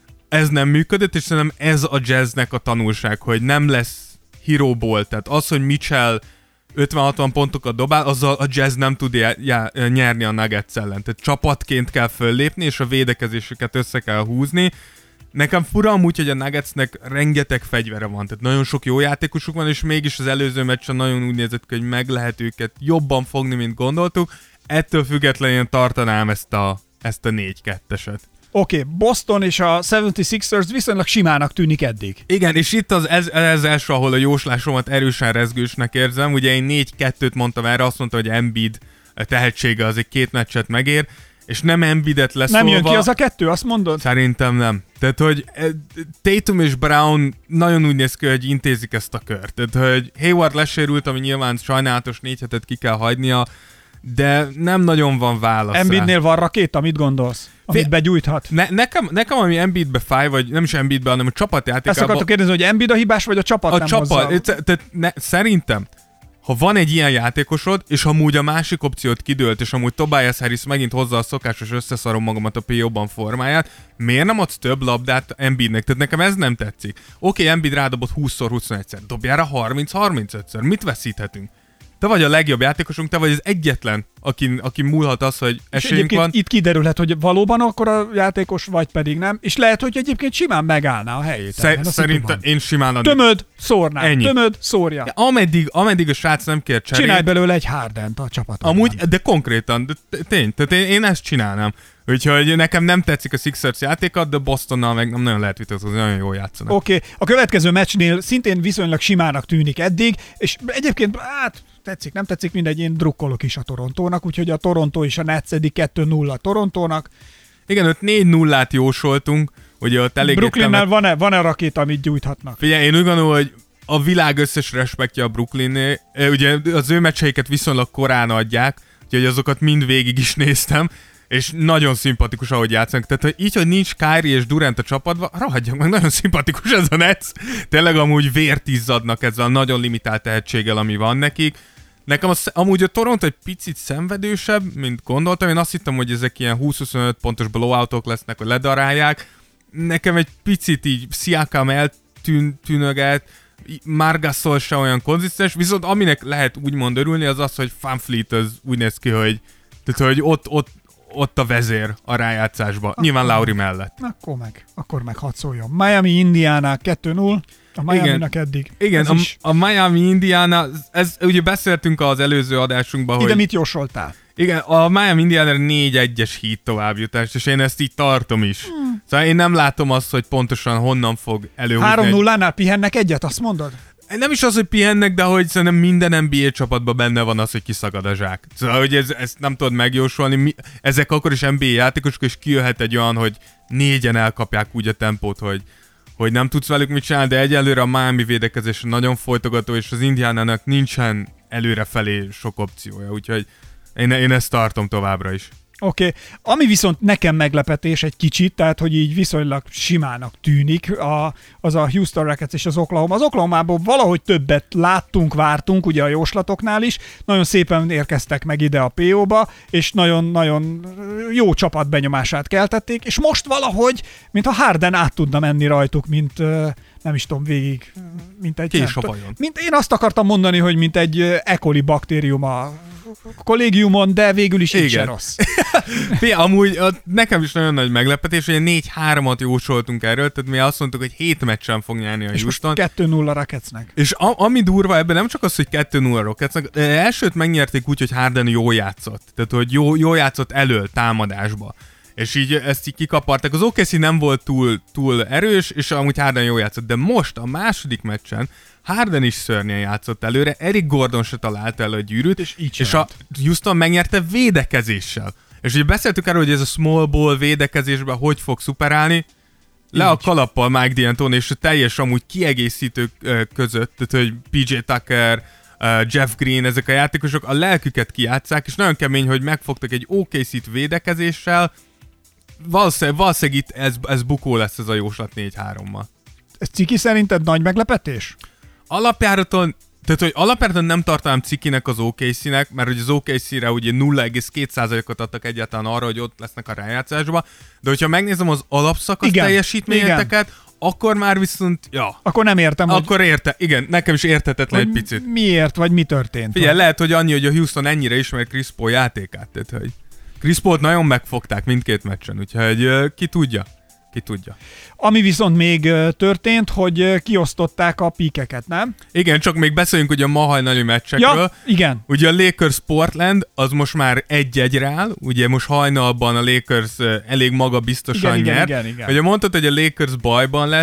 Ez nem működött, és szerintem ez a Jazznek a tanulság, hogy nem lesz hero ball, tehát az, hogy Mitchell ötven-hatvan pontokat dobál, azzal a Jazz nem tud já- já- nyerni a Nuggets ellen. Tehát csapatként kell föllépni, és a védekezésüket össze kell húzni. Nekem fura amúgy, hogy a Nuggetsnek rengeteg fegyvere van, tehát nagyon sok jó játékosuk van, és mégis az előző meccsen nagyon úgy nézett ki, hogy meg lehet őket jobban fogni, mint gondoltuk. Ettől függetlenül én tartanám ezt a, ezt a négy ketteset. Oké, okay, Boston és a hetvenhatosers viszonylag simának tűnik eddig. Igen, és itt az ez, ez első, ahol a jóslásomat erősen rezgősnek érzem. Ugye én négy kettőt mondtam erre, azt mondtam, hogy Embiid tehetsége az egy két meccset megér, és nem Embiidet leszólva... Nem jön ki az a kettő, azt mondod? Szerintem nem. Tehát, hogy Tatum és Brown nagyon úgy néz ki, hogy intézik ezt a kört. Tehát, hogy Hayward lesérült, ami nyilván sajnálatos, négy hetet ki kell hagynia, de nem nagyon van válasz. Embiidnél van rakéta, mit gondolsz? Amit Fé... begyújthat? Ne, nekem, nekem, ami Embiidbe fáj, vagy nem is Embiidbe, hanem a csapatjátékában... Ezt akartok kérdezni, hogy Embiid a hibás, vagy a csapat a nem csapat, hozzá? Tehát ne, szerintem, ha van egy ilyen játékosod, és amúgy a másik opciót kidőlt, és amúgy Tobias Harris megint hozza a szokásos összeszarom magamat a pé o-ban formáját, miért nem adsz több labdát Embiidnek? Tehát nekem ez nem tetszik. Oké, okay, Embiid rádobott húszszor huszonegyszer, dobjára harminc-harmincötször. Mit veszíthetünk? Te vagy a legjobb játékosunk, te vagy az egyetlen, akin, akin múlhat az, hogy esélyünk van. Itt kiderülhet, hogy valóban akkor a játékos vagy pedig nem, és lehet, hogy egyébként simán megállná a helyét. Szer- szerintem én simán adnék. Tömöd, szórná. Ennyi. Tömöd, szórja. Ja, ameddig, ameddig a srác nem kér cserét. Csinálj belőle egy Hardent a csapaton. Amúgy, de konkrétan, de tény, tehát én, én ezt csinálnám. Úgyhogy nekem nem tetszik a Sixers játéka, de Bostonnal meg nem nagyon lehet vitatkozni, nagyon jól játszanak. Oké, okay. A következő meccsnél szintén viszonylag simának tűnik eddig, és egyébként hát tetszik, nem tetszik, mindegy, én drukkolok is a Torontónak, úgyhogy a Toronto is a Nets eddig kettő nulla Torontónak. Igen, ott négy nullát jósoltunk, ugye ott elég... Brooklynnál temet... van-e, van-e rakéta, amit gyújthatnak? Figyelj, én úgy gondolom, hogy a világ összes respektje a Brooklynné, ugye az ő meccseiket viszonylag korán adják, úgyhogy azokat mind végig is néztem, és nagyon szimpatikus, ahogy játszanak. Tehát hogy így, hogy nincs Kyrie és Durant a csapatban, ragadjak meg, nagyon szimpatikus ez a Nets. Tényleg amúgy vért izzadnak ezzel a nagyon limitált tehetséggel, ami van nekik. Nekem az, amúgy a Toronto egy picit szenvedősebb, mint gondoltam. Én azt hittem, hogy ezek ilyen húsz-huszonöt pontos blowoutok lesznek, hogy ledarálják. Nekem egy picit így Siakam eltűnöget, Margasol se olyan konzisztens, viszont aminek lehet úgymond örülni, az az, hogy VanVleet az úgy néz ki, hogy, tehát, hogy ott, ott ott a vezér a rájátszásban. Akkor, nyilván Lauri mellett. Akkor meg, akkor meg hadd szóljon. Miami, Indiana kettő null, a Miami-nak eddig. Igen, a, a Miami, Indiana, ez ugye beszéltünk az előző adásunkban, ide hogy... mit jósoltál? Igen, a Miami, Indiana négy egyes híd továbbjutást, és én ezt így tartom is. Hmm. Szóval én nem látom azt, hogy pontosan honnan fog előhúzni. három nullánál pihennek egyet, azt mondod? Nem is az, hogy pihennek, de hogy szerintem minden en bé á csapatban benne van az, hogy kiszakad a zsák. Szóval, hogy ez, ezt nem tudod megjósolni. Mi, ezek akkor is en bé á játékosok, és kijöhet egy olyan, hogy négyen elkapják úgy a tempót, hogy, hogy nem tudsz velük mit csinálni, de egyelőre a Miami védekezés nagyon folytogató, és az Indiánának nincsen előrefelé sok opciója, úgyhogy én, én ezt tartom továbbra is. Oké, okay. Ami viszont nekem meglepetés egy kicsit, tehát hogy így viszonylag simának tűnik, a, az a Houston Rockets és az Oklahoma. Az Oklahomából valahogy többet láttunk, vártunk, ugye a jóslatoknál is, nagyon szépen érkeztek meg ide a pé o-ba, és nagyon-nagyon jó csapat benyomását keltették, és most valahogy, mintha Harden át tudna menni rajtuk, mint nem is tudom, végig, mint egy... Kés a vajon. Mint én azt akartam mondani, hogy mint egy E. coli baktérium a kollégiumon, de végül is így se rossz. Fé, amúgy a, nekem is nagyon nagy meglepetés, hogy négy hármat jósoltunk erről, tehát mi azt mondtuk, hogy hét meccsen fog nyerni a és Houston. És kettő nulla Rocketsnek. És a, ami durva ebben nem csak az, hogy kettő nulla Rocketsnek, elsőt megnyerték úgy, hogy Harden jól játszott. Tehát, hogy jó, jól játszott elől támadásba. És így ezt így kikaparták. Az o ká cé nem volt túl, túl erős, és amúgy Harden jól játszott. De most a második meccsen Harden is szörnyen játszott előre, Eric Gordon se talált el a gyűrűt, és, így és a Houston megnyerte védekezéssel. És ugye beszéltük erről, hogy ez a small ball védekezésben hogy fog szuperálni, le így a kalappal Mike D'Antoni és a teljes amúgy kiegészítők között, tehát hogy pé jé Tucker, Jeff Green, ezek a játékosok a lelküket kijátszák, és nagyon kemény, hogy megfogtak egy o ká cét védekezéssel. Valószínűleg, valószínűleg itt ez, ez bukó lesz ez a jóslat négy hárommal. Ez ciki szerinted nagy meglepetés? Alapjáraton, tehát hogy alapjáraton nem tartanám cikinek az o ká cé-nek, mert hogy az o ká cé-re ugye nulla egész két százalékot adtak egyáltalán arra, hogy ott lesznek a rájátszásba, de hogyha megnézem az alapszakasz teljesítményeteket, akkor már viszont, ja. Akkor nem értem, Akkor hogy... érte, igen, nekem is érthetetlen egy picit. Miért, vagy mi történt? Figyelj, lehet, hogy annyi, hogy a Houston ennyire ismer Chris Paul játékát, tehát hogy Chris Paul-t nagyon megfogták mindkét meccsen, úgyhogy ki tudja. Ki tudja. Ami viszont még történt, hogy kiosztották a píkeket, nem? Igen, csak még beszéljünk ugye a ma hajnali meccsekről. Ja, igen. Ugye a Lakers Portland, az most már egy-egyre áll, ugye most hajnalban a Lakers elég magabiztosan igen, nyer. Igen, igen, igen. Ugye mondtad, hogy a Lakers bajban lesz,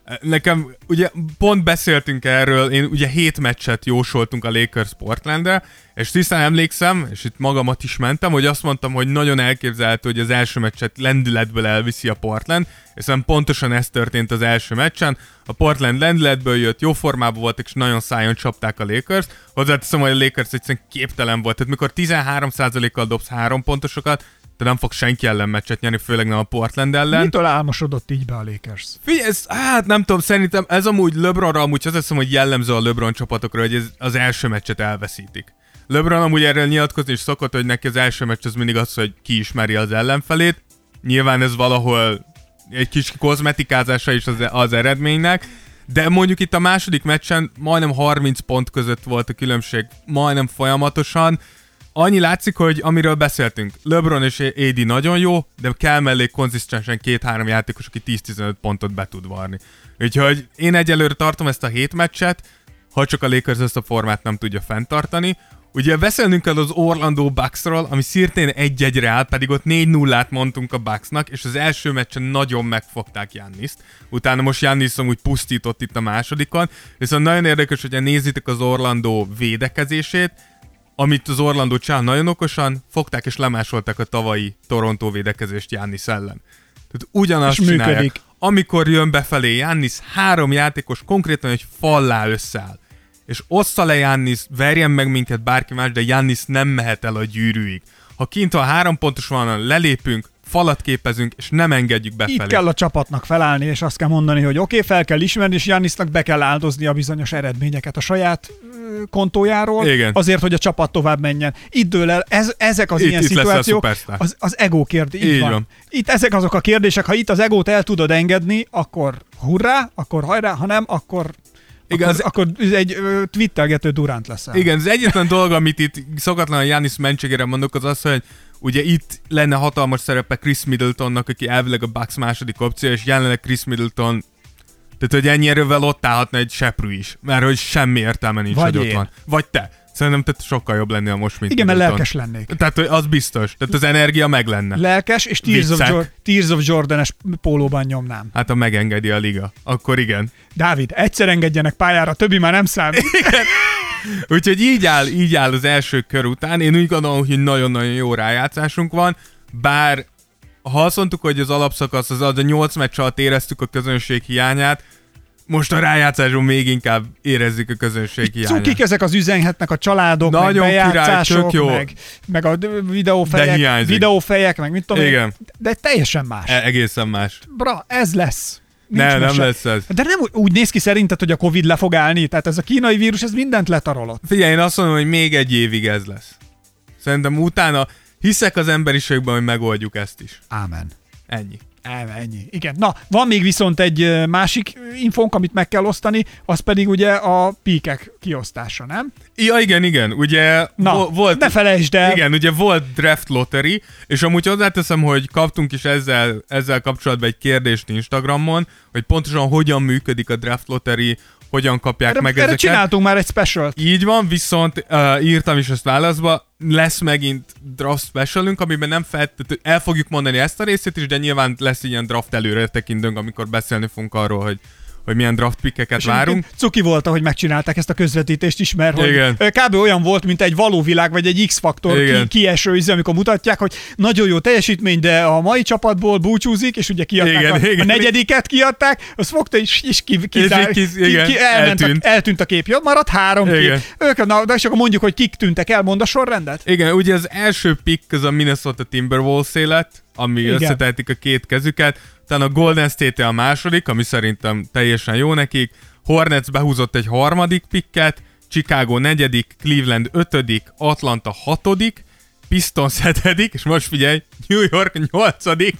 Nekem, ugye pont beszéltünk erről, én ugye hét meccset jósoltunk a Lakers Portlandre, és tisztán emlékszem, és itt magamat is mentem, hogy azt mondtam, hogy nagyon elképzelhető, hogy az első meccset lendületből elviszi a Portland, és szerintem pontosan ez történt az első meccsen. A Portland lendületből jött, jó formában voltak, és nagyon szájon csapták a Lakers. Hozzáteszem, hogy a Lakers egyszerűen képtelen volt. Tehát mikor tizenhárom százalékkal dobsz három pontosokat, te nem fog senki ellen meccset nyerni, főleg nem a Portland ellen. Mitől álmosodott így be a Lakers? Figyelj, ez, hát nem tudom, szerintem ez amúgy LeBronra, amúgy azt hiszem, hogy jellemző a LeBron csapatokra, hogy ez az első meccset elveszítik. LeBron amúgy erről nyilatkozni is szokott, hogy neki az első meccs az mindig az, hogy ki ismeri az ellenfelét. Nyilván ez valahol egy kis kozmetikázása is az, az eredménynek, de mondjuk itt a második meccsen majdnem harminc pont között volt a különbség, majdnem folyamatosan. Annyi látszik, hogy amiről beszéltünk, LeBron és á dé nagyon jó, de kell mellé konzisztensen két-három játékos, aki tíz-tizenöt pontot be tud varni. Úgyhogy én egyelőre tartom ezt a hét meccset, ha csak a Lakers ezt a formát nem tudja fenntartani. Ugye beszélnünk kell az Orlando Bucksról, ami szintén egy-egyre áll, pedig ott négy nullát mondtunk a Bucksnak, és az első meccsen nagyon megfogták Gianniszt. Utána most Giannis amúgy pusztított itt a másodikon, viszont nagyon érdekes, hogyha nézitek az Orlando védekezését, amit az Orlando csinál nagyon okosan, fogták és lemásolták a tavalyi Toronto védekezést Giannis ellen. Tehát ugyanazt és csinálják. Működik. Amikor jön befelé Giannis, három játékos konkrétan egy fallá összeáll. És ossza le Giannis, verjen meg minket bárki más, de Giannis nem mehet el a gyűrűig. Ha kint van három pontos van, lelépünk, falat képezünk, és nem engedjük befelé. Itt kell a csapatnak felállni, és azt kell mondani, hogy oké, okay, fel kell ismerni, és Giannisnak be kell áldozni a bizonyos eredményeket a saját ö, kontójáról, igen. Azért, hogy a csapat tovább menjen. Itt dől el, ez, ezek az itt, ilyen itt szituációk, az, az ego kérdés. Így van. van. Itt ezek azok a kérdések, ha itt az egót el tudod engedni, akkor hurrá, akkor hajrá, ha nem, akkor... Igen, akkor, az, akkor egy ö, twittelgető Durant leszel. Igen, az egyetlen dolog, amit itt szokatlan a Giannis mentségére mondok, az az, hogy ugye itt lenne hatalmas szerepe Chris Middletonnak, aki elvileg a Bucks második opció, és jelenleg Chris Middleton, tehát hogy ennyi erővel ott állhatna egy seprű is, mert hogy semmi értelme nincs, Vagy hogy én. ott van. Vagy te. Szerintem te sokkal jobb lennél most, mint igen, mert Middleton. lelkes lennék. Tehát hogy az biztos. Tehát az energia meg lenne. Lelkes, és Tears of, Jor- Tears of Jordan-es pólóban nyomnám. Hát ha megengedi a liga, akkor igen. Dávid, egyszer engedjenek pályára, többi már nem számít. Igen. Úgyhogy így áll, így áll az első kör után. Én úgy gondolom, hogy nagyon-nagyon jó rájátszásunk van, bár ha azt mondtuk, hogy az alapszakasz az, az a nyolc meccs alatt éreztük a közönség hiányát, most a rájátszáson még inkább érezzük a közönség hiányát. Cukik ezek az üzenhetnek a családok, nagyon meg bejátszások, király, jó. meg, meg a videófejek, videófejek, meg mit tudom igen. én, de teljesen más. E- egészen más. Bra, ez lesz. Nincs ne, nem mese. lesz ez. De nem úgy néz ki szerinted, hogy a Covid le fog állni? Tehát ez a kínai vírus, ez mindent letarolott. Figyelj, én azt mondom, hogy még egy évig ez lesz. Szerintem utána hiszek az emberiségben, hogy megoldjuk ezt is. Ámen. Ennyi. Ám, ennyi. Igen. Na, van még viszont egy másik infónk, amit meg kell osztani, az pedig ugye a píkek kiosztása, nem? Ja, igen, igen. Ugye Na, vo- volt... ne felejtsd el. Igen, ugye volt draft lottery, és amúgy hozzáteszem, hogy kaptunk is ezzel, ezzel kapcsolatban egy kérdést Instagramon, hogy pontosan hogyan működik a draft lottery, hogyan kapják erre, meg erre ezeket. csináltunk már egy specialt. Így van, viszont uh, írtam is ezt válaszba, lesz megint draft specialünk, amiben nem feltétlenül el fogjuk mondani ezt a részét is, de nyilván lesz ilyen draft előre tekintünk, amikor beszélni fogunk arról, hogy hogy milyen draft pickeket várunk. Cuki volt, ahogy megcsinálták ezt a közvetítést is, mert igen. hogy kb. Olyan volt, mint egy való világ, vagy egy X-faktor ki, kieső izé, amikor mutatják, hogy nagyon jó teljesítmény, de a mai csapatból búcsúzik, és ugye kiadták igen, a, igen. a negyediket kiadták, az fogta és, és ki, ki, ki, ki, ki, igen, ki elment eltűnt. A, eltűnt a kép. Jó, maradt három igen. kép. Ők, na, de és akkor mondjuk, hogy kik tűntek el, mond a sorrendet? Igen, ugye az első pick az a Minnesota Timberwolves lett, ami igen. összetehetik a két kezüket, utána a Golden State a második, ami szerintem teljesen jó nekik, Hornets behúzott egy harmadik picket, Chicago negyedik, Cleveland ötödik, Atlanta hatodik, Pistons hetedik, és most figyelj, New York nyolcadik,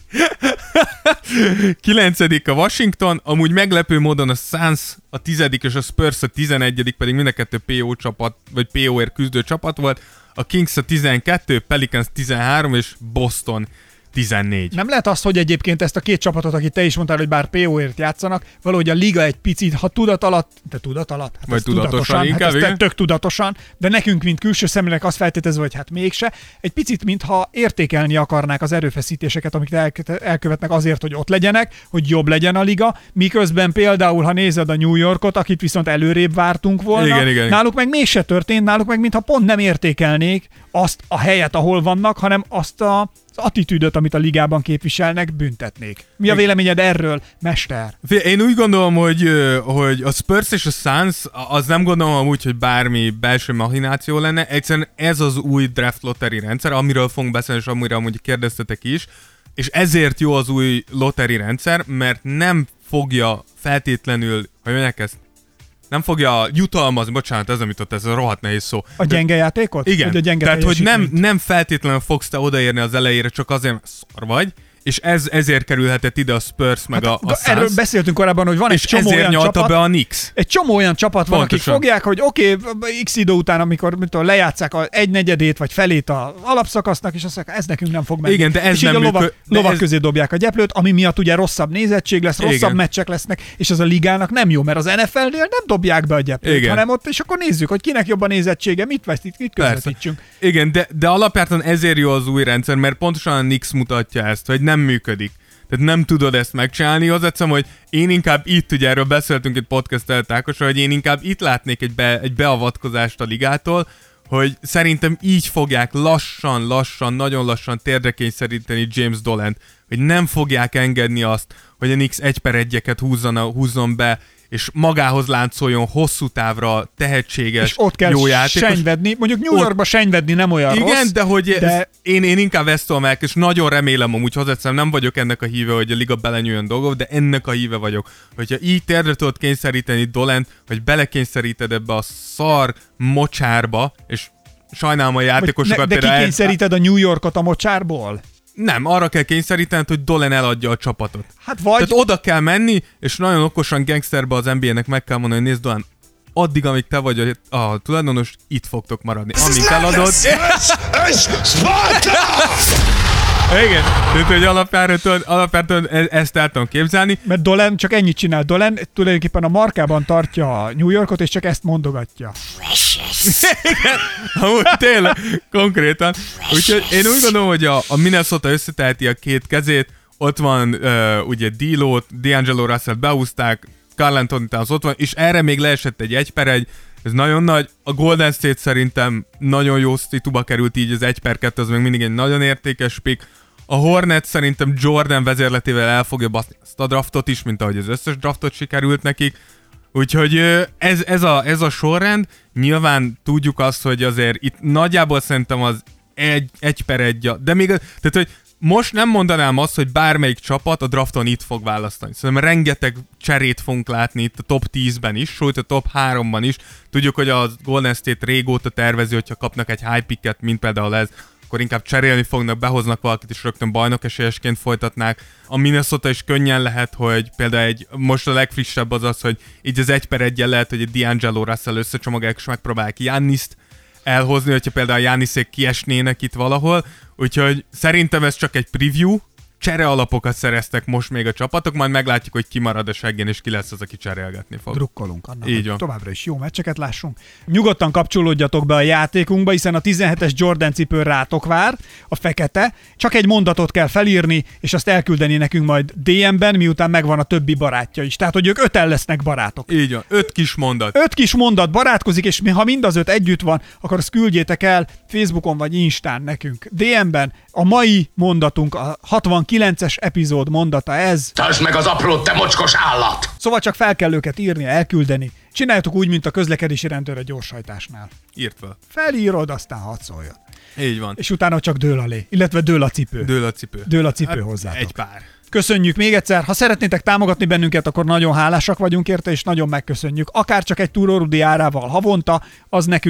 kilencedik a Washington, amúgy meglepő módon a Suns a tizedik és a Spurs a tizenegyedik, pedig mind a kettő pé o csapat, vagy pé o-ért küzdő csapat volt, a Kings a tizenkettő, Pelicans tizenhárom és Boston tizennégy. Nem lehet az, hogy egyébként ezt a két csapatot, akit te is mondtál, hogy bár pé ó-ért játszanak, valahogy a liga egy picit, ha tudat alatt, de tudat alatt, hát vagy tudatosan, tudatosan inkább, hát igen. tök tudatosan, de nekünk, mint külső szemlének azt feltételezve, hogy hát mégse, egy picit, mintha értékelni akarnák az erőfeszítéseket, amiket elkövetnek azért, hogy ott legyenek, hogy jobb legyen a liga, miközben például, ha nézed a New Yorkot, akit viszont előrébb vártunk volna, igen, igen. náluk meg mégse történt, náluk meg mintha pont nem értékelnék azt a helyet, ahol vannak, hanem azt a az attitűdöt, amit a ligában képviselnek, büntetnék. Mi a véleményed erről, mester? Én úgy gondolom, hogy, hogy a Spurs és a Suns, az nem gondolom amúgy, hogy bármi belső machináció lenne, egyszerűen ez az új draft lottery rendszer, amiről fogunk beszélni, és amire amúgy kérdeztetek is, és ezért jó az új lottery rendszer, mert nem fogja feltétlenül, hogy mondják ezt, nem fogja jutalmazni, bocsánat, ez amit ott, ez a rohadt nehéz szó. A gyenge játékot? Igen, a gyenge tehát hogy nem, nem feltétlenül fogsz te odaérni az elejére, csak azért, mert szar vagy, és ez, ezért kerülhetett ide a Spurs meg hát, a, a Suns. Erről beszéltünk korábban, hogy van egy csomó olyan csapat. Be a Knicks. Egy csomó olyan csapat van, Pontosan. Akik fogják, hogy oké, okay, x idő után, amikor tudom, lejátszák a egynegyedét vagy felét a alapszakasznak, és azt mondják, ez nekünk nem fog menni. Igen, de ez és nem így a lovak, működ, lovak ez... közé dobják a gyeplőt, ami miatt ugye rosszabb nézettség lesz, rosszabb Igen. meccsek lesznek, és az a ligának nem jó, mert az en ef el-nél nem dobják be a gyeplőt, Igen. hanem ott, és akkor nézzük, hogy kinek jobb a nézettsége, mit veszít, mit közvetítsünk. Igen, de, de alapjártan ezért jó az új rendszer, mert pontosan a Knicks mutatja ezt, hogy nem működik. Tehát nem tudod ezt megcsinálni, az egyszerűen, hogy én inkább itt, ugye erről beszéltünk egy podcast-el Tákosra, hogy én inkább itt látnék egy, be, egy beavatkozást a ligától, hogy szerintem így fogják lassan, lassan, nagyon lassan térdre kényszeríteni James Dollant, hogy nem fogják engedni azt, hogy a Knicks egy per egyeket húzzon, húzzon be, és magához láncoljon hosszú távra tehetséges, és ott kell jó játékos. senyvedni. Mondjuk New Yorkba ott... senyvedni nem olyan Igen, rossz. de hogy de... Ez, én, én inkább ezt tudom el, és nagyon remélem amúgy hozzáteszem, nem vagyok ennek a híve, hogy a liga belenyúljon dolgok, de ennek a híve vagyok. Hogyha így térdre tudod kényszeríteni Dolant, hogy belekényszeríted ebbe a szar mocsárba, és sajnálom a játékosokat. Ne, de kikényszeríted el... a New Yorkot a mocsárból? Nem, arra kell kényszerítened, hogy Dolan eladja a csapatot. Hát vagy... Tehát oda kell menni, és nagyon okosan gangsterbe az en bé á-nek meg kell mondani, hogy nézd Dolan, addig, amíg te vagy a, a tulajdonos, itt fogtok maradni. Amíg eladod... Igen, tehát hogy alapjáraton, alapjáraton ezt el tudom képzelni. Mert Dolan csak ennyit csinál. Dolan tulajdonképpen a markában tartja a New Yorkot, és csak ezt mondogatja. Igen, amúgy tényleg, konkrétan. Úgyhogy én úgy gondolom, hogy a, a Minnesota összeteheti a két kezét, ott van uh, ugye D-Lo, D'Angelo Russell behúzták, Karl Anthony Towns ott van, és erre még leesett egy egy per egy, ez nagyon nagy. A Golden State szerintem nagyon jó szituba került, így az egy per kettő, az még mindig egy nagyon értékes pick. A Hornet szerintem Jordan vezérletével el fogja baszni ezt a draftot is, mint ahogy az összes draftot sikerült nekik. Úgyhogy ez, ez, a, ez a sorrend, nyilván tudjuk azt, hogy azért itt nagyjából szerintem az egy, egy per egy, de még, tehát hogy most nem mondanám azt, hogy bármelyik csapat a drafton itt fog választani. Szerintem rengeteg cserét fogunk látni itt a top tízben is, sőt a top háromban is. Tudjuk, hogy a Golden State régóta tervezi, hogyha kapnak egy high picket, mint például ez, akkor inkább cserélni fognak, behoznak valakit, és rögtön bajnok esélyesként folytatnák. A Minnesota is könnyen lehet, hogy például egy, most a legfrissebb az az, hogy így az egy per egyen lehet, hogy egy D'Angelo Russell összecsomagolják, és megpróbálják Gianniszt elhozni, hogyha például Giannisék kiesnének itt valahol. Úgyhogy szerintem ez csak egy preview, csere alapokat szereztek most még a csapatok, majd meglátjuk, hogy ki marad a seggén, és ki lesz az, aki cserélgetni fog. Drukkolunk annak, így van. Továbbra is jó meccseket lássunk. Nyugodtan kapcsolódjatok be a játékunkba, hiszen a tizenhetes Jordan cipő rátok vár, a fekete. Csak egy mondatot kell felírni, és azt elküldeni nekünk majd dé em-ben, miután megvan a többi barátja is. Tehát, hogy ők öten lesznek barátok. Így van, öt kis mondat. Öt kis mondat barátkozik, és ha mind az öt együtt van, akkor azt küldjétek el Facebookon vagy Instán nekünk. dé em-ben a mai mondatunk, a hatvankilences epizód mondata ez. Tartsd meg az aprót, te mocskos állat! Szóval csak fel kell őket írni, elküldeni. Csináljátok úgy, mint a közlekedési rendőr a gyorshajtásnál. Írt fel. Felírod, aztán hadd szóljon. Így van. És utána csak dől a lé, illetve dől a cipő. Dől a cipő. Dől a cipő hát hozzátok. Egy pár. Köszönjük még egyszer. Ha szeretnétek támogatni bennünket, akkor nagyon hálásak vagyunk érte, és nagyon megköszönjük. Akár csak egy túrórudi árával havonta, az nekünk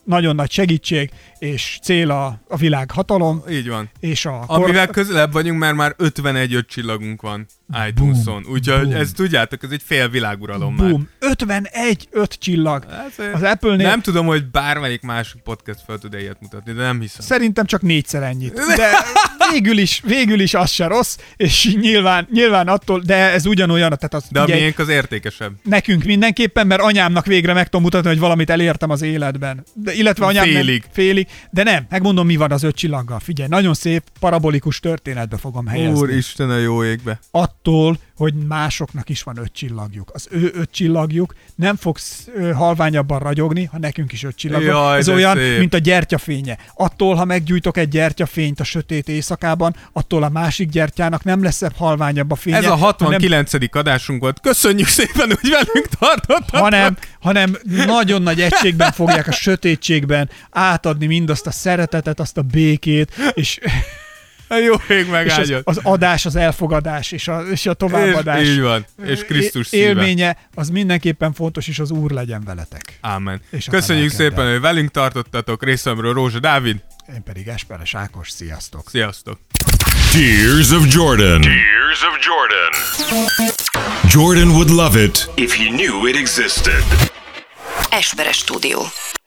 nagyon nagy segítség, és cél a, a világ hatalom. Így van. És a Amivel kor... közelebb vagyunk, mert már ötvenegy öt csillagunk van iTunes-on. Úgyhogy ezt tudjátok, ez egy fél világuralom Boom. már. ötvenegy öt csillag. Ez az Apple-nél... Nem tudom, hogy bármelyik másik podcast fel tud ilyet mutatni, de nem hiszem. Szerintem csak négyszer ennyit. De végül is, végül is az se rossz, és nyilván, nyilván attól, de ez ugyanolyan. Tehát az, de a ugye, miénk az értékesebb. Nekünk mindenképpen, mert anyámnak végre meg tudom mutatni, hogy valamit elértem az életben. De, illetve anyám félig. Nem, félig. De nem, megmondom, mi van az öt csillaggal. Figyelj, nagyon szép, parabolikus történetbe fogom helyezni. Úristen a jó égbe. Attól, hogy másoknak is van öt csillagjuk. Az ő öt csillagjuk nem fog halványabban ragyogni, ha nekünk is öt csillagjuk. Jaj, ez olyan, szép. mint a gyertyafénye. Attól, ha meggyújtok egy gyertyafényt a sötét éjszakában, attól a másik gyertyának nem lesz halványabb a fénye. Ez a hatvankilencedik hanem... adásunk volt. Köszönjük szépen, hogy velünk tartottatok. Hanem, hanem nagyon nagy egységben fogják a sötétségben átadni mindazt a szeretetet, azt a békét, és... A jó ég megáldjon. Az, az adás, az elfogadás, és a, és a továbbadás. És, így van. És Krisztus szíve. Élménye, az mindenképpen fontos, és az Úr legyen veletek. Ámen. És köszönjük szépen, hogy velünk tartottatok. Részemről Rózsa Dávid. Én pedig Esperes Ákos. Sziasztok. Sziasztok. Tears of Jordan. Tears of Jordan. Jordan would love it if he knew it existed. Esperes Stúdió.